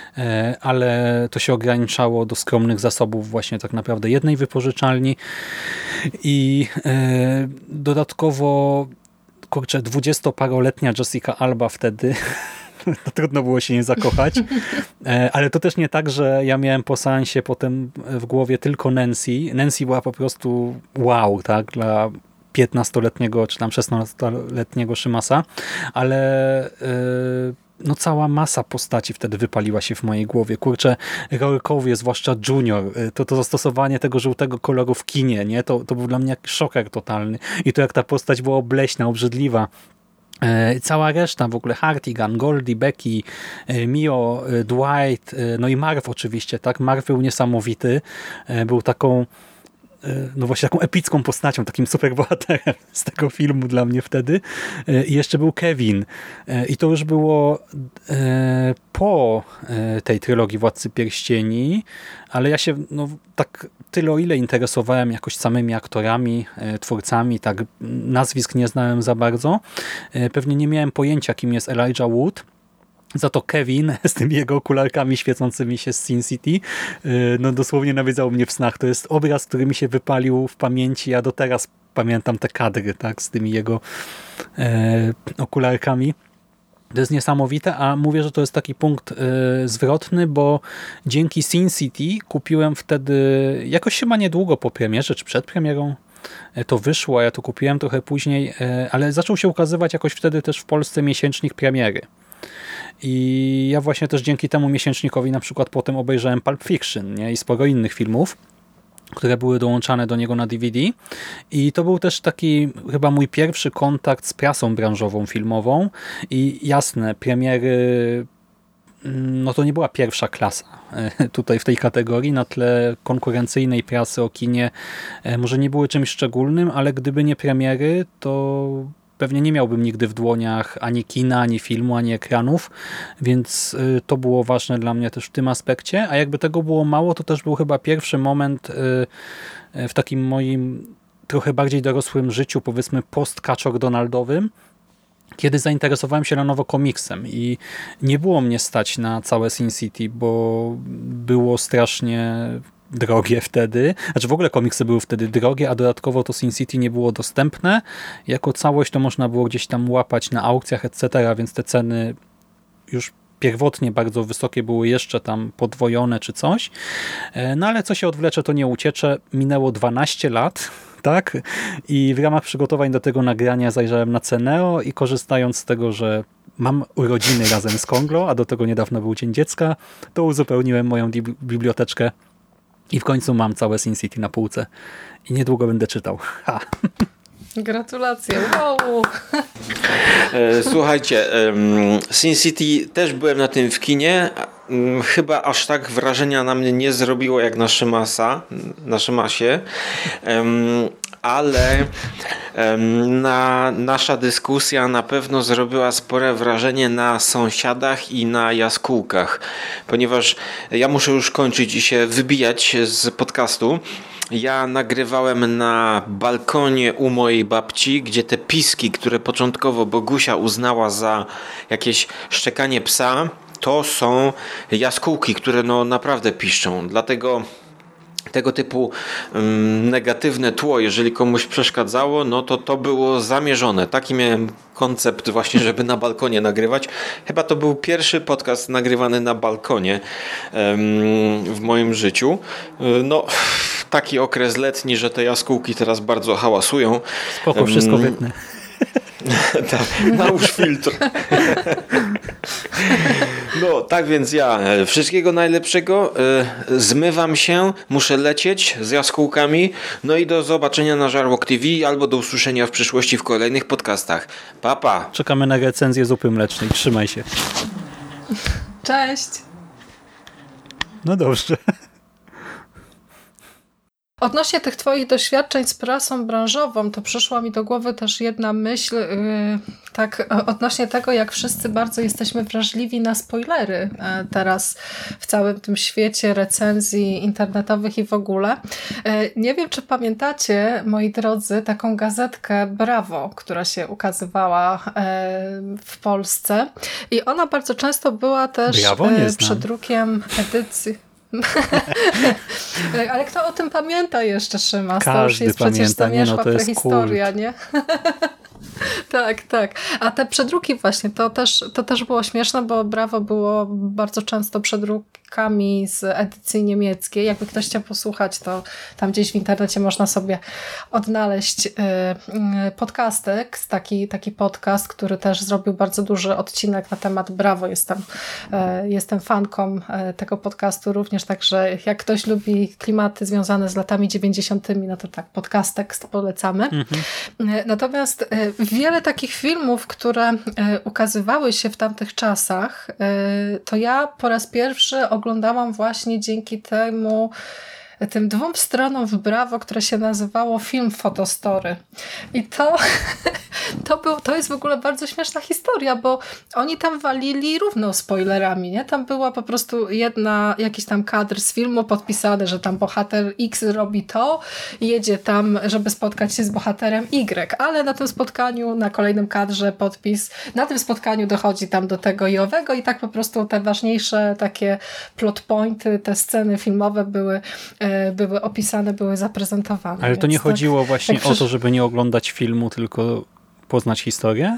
ale to się ograniczało do skromnych zasobów właśnie tak naprawdę jednej wypożyczalni i dodatkowo, kurczę, 20-paroletnia Jessica Alba wtedy, no, trudno było się nie zakochać, ale to też nie tak, że ja miałem po seansie potem w głowie tylko Nancy. Nancy była po prostu wow, tak, dla 15-letniego czy tam 16-letniego Szymasa, ale no cała masa postaci wtedy wypaliła się w mojej głowie. Kurczę, Rolkowie, zwłaszcza Junior, to zastosowanie tego żółtego koloru w kinie, nie? To był dla mnie szoker totalny. I to jak ta postać była obleśna, obrzydliwa. Cała reszta, w ogóle Hartigan, Goldie, Becky, Mio, Dwight, no i Marv oczywiście, tak? Marv był niesamowity, był taką no właśnie taką epicką postacią, takim superbohaterem z tego filmu dla mnie wtedy. I jeszcze był Kevin. I to już było po tej trylogii Władcy Pierścieni, ale ja się no, tak tyle o ile interesowałem jakoś samymi aktorami, twórcami, tak nazwisk nie znałem za bardzo. Pewnie nie miałem pojęcia, kim jest Elijah Wood. Za to Kevin z tymi jego okularkami świecącymi się z Sin City no dosłownie nawiedzał mnie w snach. To jest obraz, który mi się wypalił w pamięci. Ja do teraz pamiętam te kadry, tak, z tymi jego okularkami. To jest niesamowite, a mówię, że to jest taki punkt zwrotny, bo dzięki Sin City kupiłem wtedy, jakoś chyba niedługo po premierze, czy przed premierą, to wyszło, a ja to kupiłem trochę później, ale zaczął się ukazywać jakoś wtedy też w Polsce miesięcznik premiery. I ja właśnie też dzięki temu miesięcznikowi na przykład potem obejrzałem Pulp Fiction, nie? I sporo innych filmów, które były dołączane do niego na DVD. I to był też taki chyba mój pierwszy kontakt z prasą branżową filmową. I jasne, premiery, no to nie była pierwsza klasa tutaj w tej kategorii. Na tle konkurencyjnej prasy o kinie może nie były czymś szczególnym, ale gdyby nie premiery, to pewnie nie miałbym nigdy w dłoniach ani kina, ani filmu, ani ekranów, więc to było ważne dla mnie też w tym aspekcie, a jakby tego było mało, to też był chyba pierwszy moment w takim moim trochę bardziej dorosłym życiu, powiedzmy post-kaczor donaldowym, kiedy zainteresowałem się na nowo komiksem i nie było mnie stać na całe Sin City, bo było strasznie drogie wtedy. Znaczy w ogóle komiksy były wtedy drogie, a dodatkowo to Sin City nie było dostępne. Jako całość to można było gdzieś tam łapać na aukcjach, etc., więc te ceny już pierwotnie bardzo wysokie były jeszcze tam podwojone czy coś. No ale co się odwlecze, to nie uciecze. Minęło 12 lat, tak? I w ramach przygotowań do tego nagrania zajrzałem na Ceneo i korzystając z tego, że mam urodziny razem z Konglo, a do tego niedawno był Dzień Dziecka, to uzupełniłem moją biblioteczkę i w końcu mam całe Sin City na półce. I niedługo będę czytał. Ha. Gratulacje. Wow. Słuchajcie, Sin City też byłem na tym w kinie. Chyba aż tak wrażenia na mnie nie zrobiło jak na Szymasie. ale nasza dyskusja na pewno zrobiła spore wrażenie na sąsiadach i na jaskółkach, ponieważ ja muszę już kończyć i się wybijać z podcastu. Ja nagrywałem na balkonie u mojej babci, gdzie te piski, które początkowo Bogusia uznała za jakieś szczekanie psa, to są jaskółki, które no naprawdę piszczą. Dlatego tego typu negatywne tło, jeżeli komuś przeszkadzało, no to było zamierzone. Taki miałem koncept właśnie, żeby na balkonie nagrywać. Chyba to był pierwszy podcast nagrywany na balkonie w moim życiu. No, taki okres letni, że te jaskółki teraz bardzo hałasują. Spoko, wszystko wytnę. Tak, nałóż filtr. No, tak więc ja wszystkiego najlepszego. Zmywam się, muszę lecieć z jaskółkami. No i do zobaczenia na Żarłok TV albo do usłyszenia w przyszłości w kolejnych podcastach. Pa, pa. Czekamy na recenzję zupy mlecznej. Trzymaj się. Cześć! No dobrze. Odnośnie tych twoich doświadczeń z prasą branżową, to przyszła mi do głowy też jedna myśl, tak odnośnie tego, jak wszyscy bardzo jesteśmy wrażliwi na spoilery teraz w całym tym świecie recenzji internetowych i w ogóle. Nie wiem, czy pamiętacie, moi drodzy, taką gazetkę Brawo, która się ukazywała w Polsce i ona bardzo często była też przedrukiem edycji. Ale kto o tym pamięta jeszcze, Szymas? Każdy to już jest pamięta, przecież zamierzchła to jest prehistoria, kult. nie? Tak, tak. A te przedruki właśnie, to też było śmieszne, bo Brawo było bardzo często przedrukami z edycji niemieckiej. Jakby ktoś chciał posłuchać, to tam gdzieś w internecie można sobie odnaleźć podcastek, taki podcast, który też zrobił bardzo duży odcinek na temat Brawo. Jestem fanką tego podcastu również, także jak ktoś lubi klimaty związane z latami 90., no to tak, podcastek polecamy. Natomiast wiele takich filmów, które ukazywały się w tamtych czasach, to ja po raz pierwszy oglądałam właśnie dzięki tym 2 stronom w Brawo, które się nazywało Film Fotostory. I to jest w ogóle bardzo śmieszna historia, bo oni tam walili równo spoilerami, nie? Tam była po prostu jakiś tam kadr z filmu podpisany, że tam bohater X robi to i jedzie tam, żeby spotkać się z bohaterem Y, ale na tym spotkaniu, na kolejnym kadrze podpis, na tym spotkaniu dochodzi tam do tego i owego i tak po prostu te ważniejsze takie plot pointy, te sceny filmowe były opisane, były zaprezentowane. Ale to nie chodziło właśnie tak o to, żeby nie oglądać filmu, tylko poznać historię?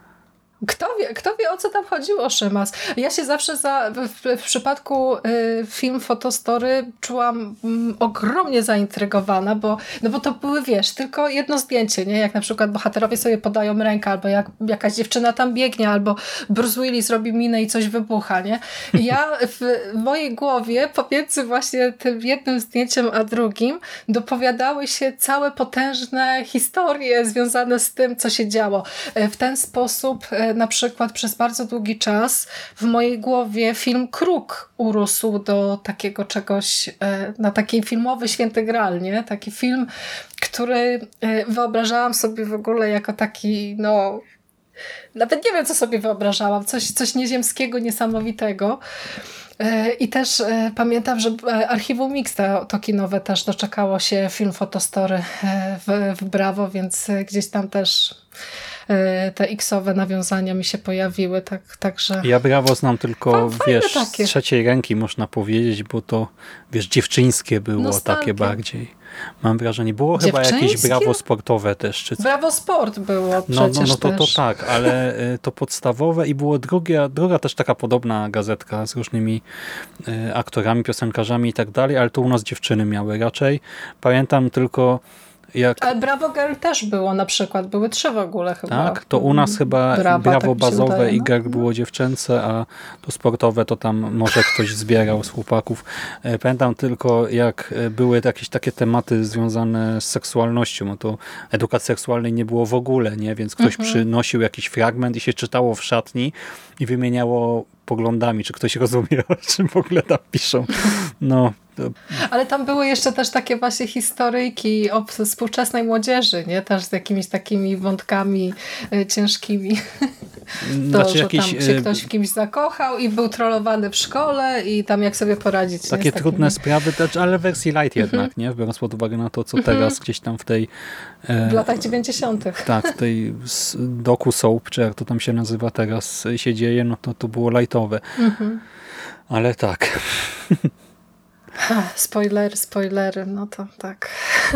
Kto wie, o co tam chodziło, Szymas? Ja się zawsze w przypadku Film Fotostory czułam ogromnie zaintrygowana, bo to były, wiesz, tylko jedno zdjęcie, nie? Jak na przykład bohaterowie sobie podają rękę, albo jak jakaś dziewczyna tam biegnie, albo Bruce Willis robi minę i coś wybucha, nie? I ja w mojej głowie pomiędzy właśnie tym jednym zdjęciem a drugim dopowiadały się całe potężne historie związane z tym, co się działo. W ten sposób na przykład przez bardzo długi czas w mojej głowie film Kruk urósł do takiego czegoś, na taki filmowy święty graal, nie? Taki film, który wyobrażałam sobie w ogóle jako taki, no nawet nie wiem, co sobie wyobrażałam, coś nieziemskiego, niesamowitego. I też pamiętam, że Archiwum Mix to kinowe też doczekało się Film Fotostory w Brawo, więc gdzieś tam też te X-owe nawiązania mi się pojawiły, także... Ja Brawo znam tylko, wiesz, takie. z trzeciej ręki można powiedzieć, bo to, wiesz, dziewczyńskie było Nostalgia. takie bardziej. Mam wrażenie. Było chyba jakieś Brawo sportowe też. Czy... Brawo Sport było przecież no to też. tak, ale to podstawowe i było druga też taka podobna gazetka z różnymi aktorami, piosenkarzami i tak dalej, ale to u nas dziewczyny miały raczej. Pamiętam tylko Ale Brawo Girl też było na przykład. Były 3 w ogóle chyba. Tak, to u nas chyba Brawo tak bazowe wydaje, i Girl było dziewczęce, a to sportowe to tam może ktoś zbierał z chłopaków. Pamiętam tylko, jak były jakieś takie tematy związane z seksualnością, no to edukacji seksualnej nie było w ogóle, nie? Więc ktoś przynosił jakiś fragment i się czytało w szatni i wymieniało poglądami, czy ktoś rozumie, o czym w ogóle tam piszą. No, Ale tam były jeszcze też takie właśnie historyjki o współczesnej młodzieży, nie? Też z jakimiś takimi wątkami ciężkimi. Znaczy, że tam się ktoś w kimś zakochał i był trollowany w szkole i tam jak sobie poradzić. Takie trudne sprawy, ale w wersji light jednak, nie? Biorąc pod uwagę na to, co teraz gdzieś tam w tej... w latach 90. Tak, w tej doku soap, czy jak to tam się nazywa teraz, się dzieje, no to było lightowe. Ale tak. Spoilery, no to tak.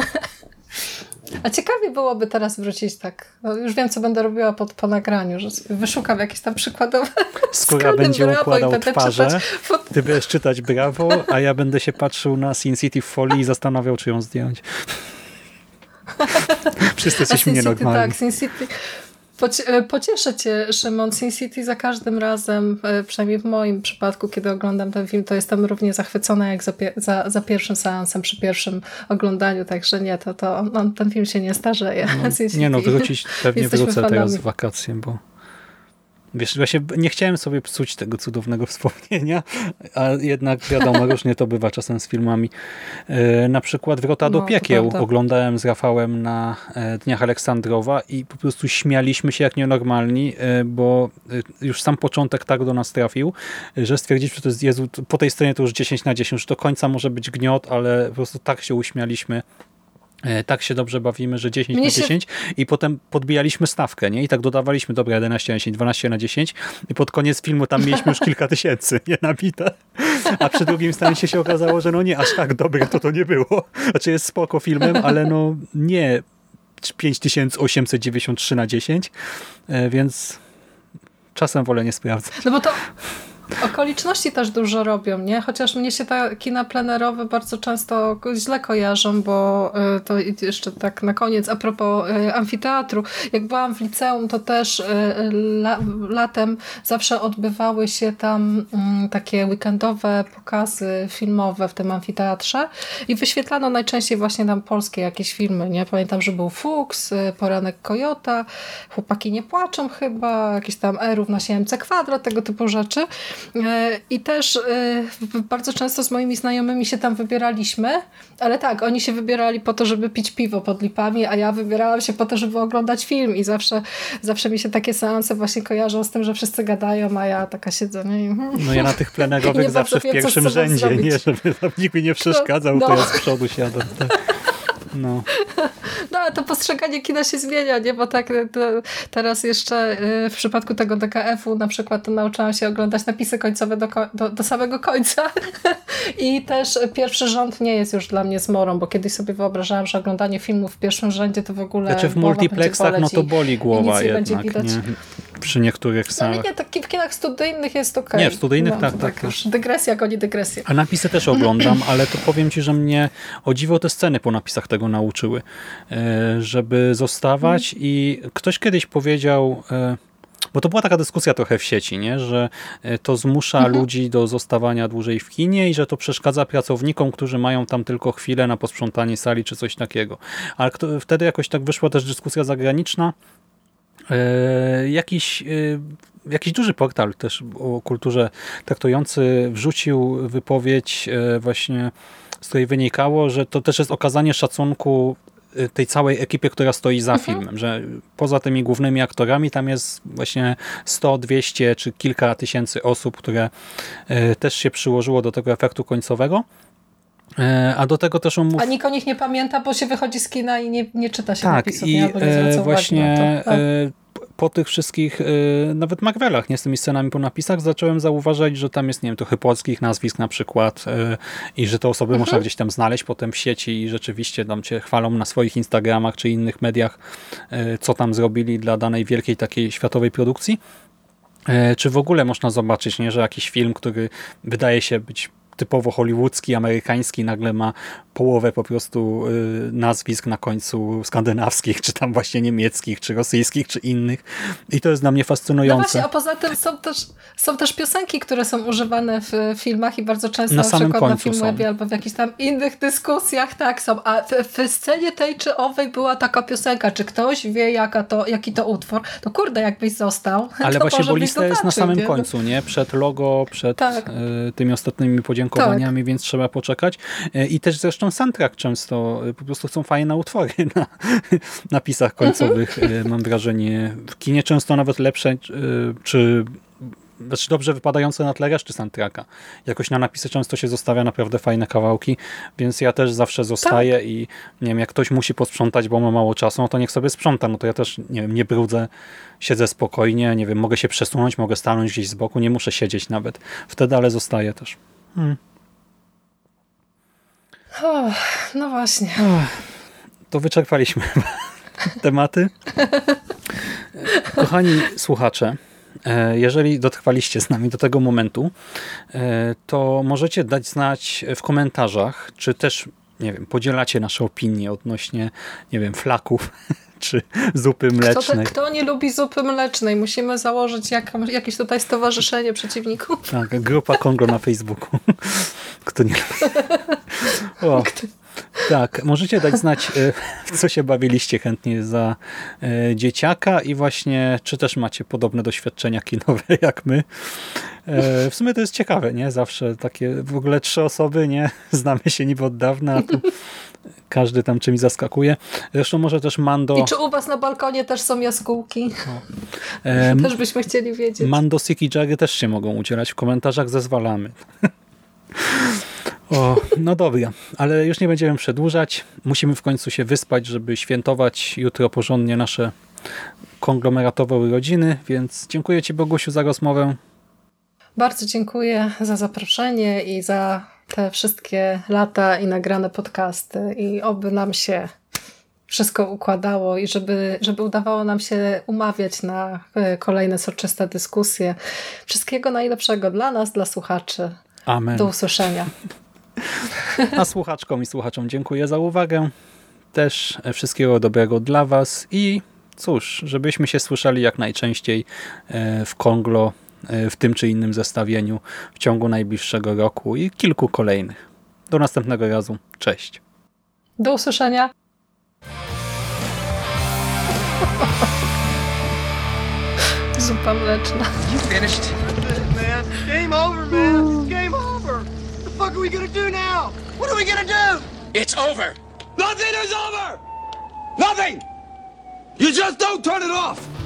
A ciekawie byłoby teraz wrócić tak. No już wiem, co będę robiła po nagraniu, że wyszukam jakieś tam przykładowe. Skóra będzie układał twarze, ty będziesz czytać brawo, a ja będę się patrzył na Sin City w folii i zastanawiał, czy ją zdjąć. Wszyscy jesteśmy nienormalni. Tak, Sin City. Pocieszę cię, Szymon. Sin City za każdym razem, przynajmniej w moim przypadku, kiedy oglądam ten film, to jestem równie zachwycona jak za pierwszym seansem, przy pierwszym oglądaniu, także nie, ten film się nie starzeje. Wrócić pewnie wrócę teraz w wakacje, bo wiesz, właśnie nie chciałem sobie psuć tego cudownego wspomnienia, a jednak wiadomo, różnie to bywa czasem z filmami. Na przykład Wrota do piekieł oglądałem z Rafałem na Dniach Aleksandrowa i po prostu śmialiśmy się jak nienormalni, bo już sam początek tak do nas trafił, że stwierdziliśmy, że to jest Jezu, po tej stronie to już 10/10, już do końca może być gniot, ale po prostu tak się uśmialiśmy. Tak się dobrze bawimy, że 10/10 i potem podbijaliśmy stawkę, nie? I tak dodawaliśmy, dobra, 11/10, 12/10 i pod koniec filmu tam mieliśmy już kilka tysięcy, nie, nabite. A przy drugim seansie się okazało, że no nie, aż tak dobre to nie było. Znaczy jest spoko filmem, ale no nie 5893/10, więc czasem wolę nie sprawdzać. No bo to okoliczności też dużo robią, nie? Chociaż mnie się te kina plenerowe bardzo często źle kojarzą, bo to jeszcze tak na koniec, a propos amfiteatru. Jak byłam w liceum, to też latem zawsze odbywały się tam takie weekendowe pokazy filmowe w tym amfiteatrze i wyświetlano najczęściej właśnie tam polskie jakieś filmy, nie? Pamiętam, że był Fuks, Poranek Kojota, Chłopaki nie płaczą chyba, jakiś tam równa się MC kwadrat, tego typu rzeczy. I też bardzo często z moimi znajomymi się tam wybieraliśmy, ale tak, oni się wybierali po to, żeby pić piwo pod lipami, a ja wybierałam się po to, żeby oglądać film i zawsze mi się takie seanse właśnie kojarzą z tym, że wszyscy gadają, a ja taka siedzę. No ja na tych plenerowych zawsze w pierwszym rzędzie, nie, żeby tam nikt mi nie przeszkadzał, to ja z przodu siadam. Tak. No, ale to postrzeganie kina się zmienia, nie? Bo tak teraz jeszcze w przypadku tego DKF-u na przykład to nauczyłam się oglądać napisy końcowe do samego końca i też pierwszy rząd nie jest już dla mnie zmorą, bo kiedyś sobie wyobrażałam, że oglądanie filmów w pierwszym rzędzie to w ogóle znaczy w multiplexach no to boli głowa jednak, nie? Przy niektórych salach. Ale nie, tak w kinach studyjnych jest okej. Nie, w studyjnych tak. Już dygresja goni dygresję. A napisy też oglądam, ale to powiem ci, że mnie o dziwo te sceny po napisach tego nauczyły, żeby zostawać i ktoś kiedyś powiedział, bo to była taka dyskusja trochę w sieci, nie? Że to zmusza ludzi do zostawania dłużej w kinie i że to przeszkadza pracownikom, którzy mają tam tylko chwilę na posprzątanie sali czy coś takiego. Ale wtedy jakoś tak wyszła też dyskusja zagraniczna. Jakiś duży portal też o kulturze traktujący wrzucił wypowiedź właśnie, z której wynikało, że to też jest okazanie szacunku tej całej ekipie, która stoi za filmem, że poza tymi głównymi aktorami tam jest właśnie 100, 200 czy kilka tysięcy osób, które też się przyłożyło do tego efektu końcowego. A do tego też A nikt o nich nie pamięta, bo się wychodzi z kina i nie czyta się tak, napisów. I właśnie po tych wszystkich, nawet Marvelach, nie, z tymi scenami po napisach, zacząłem zauważać, że tam jest, nie wiem, trochę polskich nazwisk na przykład i że te osoby można gdzieś tam znaleźć potem w sieci i rzeczywiście tam cię chwalą na swoich Instagramach czy innych mediach, co tam zrobili dla danej wielkiej takiej światowej produkcji. Czy w ogóle można zobaczyć, nie, że jakiś film, który wydaje się być typowo hollywoodzki, amerykański, nagle ma połowę po prostu nazwisk na końcu skandynawskich, czy tam właśnie niemieckich, czy rosyjskich, czy innych. I to jest dla mnie fascynujące. No właśnie, a poza tym są też piosenki, które są używane w filmach i bardzo często na samym przykład końcu na Filmwebie albo w jakichś tam innych dyskusjach tak są. A w scenie tej czy owej była taka piosenka. Czy ktoś wie jaki to utwór? To kurde, jakbyś został. Ale to właśnie, może bo lista jest na samym końcu, nie? Przed logo, przed tak. Tymi ostatnimi podziękowaniami podziękowaniami, więc trzeba poczekać. I też zresztą soundtrack często po prostu są fajne utwory na napisach końcowych. Mam wrażenie, w kinie często nawet lepsze, czy dobrze wypadające na tle reszty soundtracka. Jakoś na napisy często się zostawia naprawdę fajne kawałki, więc ja też zawsze zostaję i nie wiem, jak ktoś musi posprzątać, bo ma mało czasu, no to niech sobie sprząta, no to ja też, nie wiem, nie brudzę, siedzę spokojnie, nie wiem, mogę się przesunąć, mogę stanąć gdzieś z boku, nie muszę siedzieć nawet wtedy, ale zostaję też. No właśnie. To wyczerpaliśmy tematy. Kochani słuchacze, jeżeli dotrwaliście z nami do tego momentu, to możecie dać znać w komentarzach, czy też, nie wiem, podzielacie nasze opinie odnośnie, nie wiem, flaków, czy zupy mlecznej. Kto nie lubi zupy mlecznej? Musimy założyć jakieś tutaj stowarzyszenie przeciwników. Tak, grupa Konglo na Facebooku. Kto nie lubi. O. Tak, możecie dać znać, w co się bawiliście chętnie za dzieciaka i właśnie, czy też macie podobne doświadczenia kinowe jak my. W sumie to jest ciekawe, nie? Zawsze takie, w ogóle 3 osoby, nie? Znamy się niby od dawna, a tu każdy tam czymś zaskakuje. Zresztą może też Mando... I czy u was na balkonie też są jaskółki? Też byśmy chcieli wiedzieć. Mando, Sik i Jerry też się mogą udzielać. W komentarzach zezwalamy. O, no dobra, ale już nie będziemy przedłużać. Musimy w końcu się wyspać, żeby świętować jutro porządnie nasze konglomeratowe urodziny, więc dziękuję Ci, Bogusiu, za rozmowę. Bardzo dziękuję za zaproszenie i za te wszystkie lata i nagrane podcasty i oby nam się wszystko układało i żeby udawało nam się umawiać na kolejne soczyste dyskusje. Wszystkiego najlepszego dla nas, dla słuchaczy. Amen. Do usłyszenia. A słuchaczkom i słuchaczom dziękuję za uwagę. Też wszystkiego dobrego dla Was i cóż, żebyśmy się słyszeli jak najczęściej w Konglo, w tym czy innym zestawieniu w ciągu najbliższego roku i kilku kolejnych. Do następnego razu. Cześć. Do usłyszenia. Zupa mleczna. You finished? That's it, man. Game over, man. It's game over. What the fuck are we gonna do now? What are we gonna do? It's over. Nothing is over! Nothing! You just don't turn it off!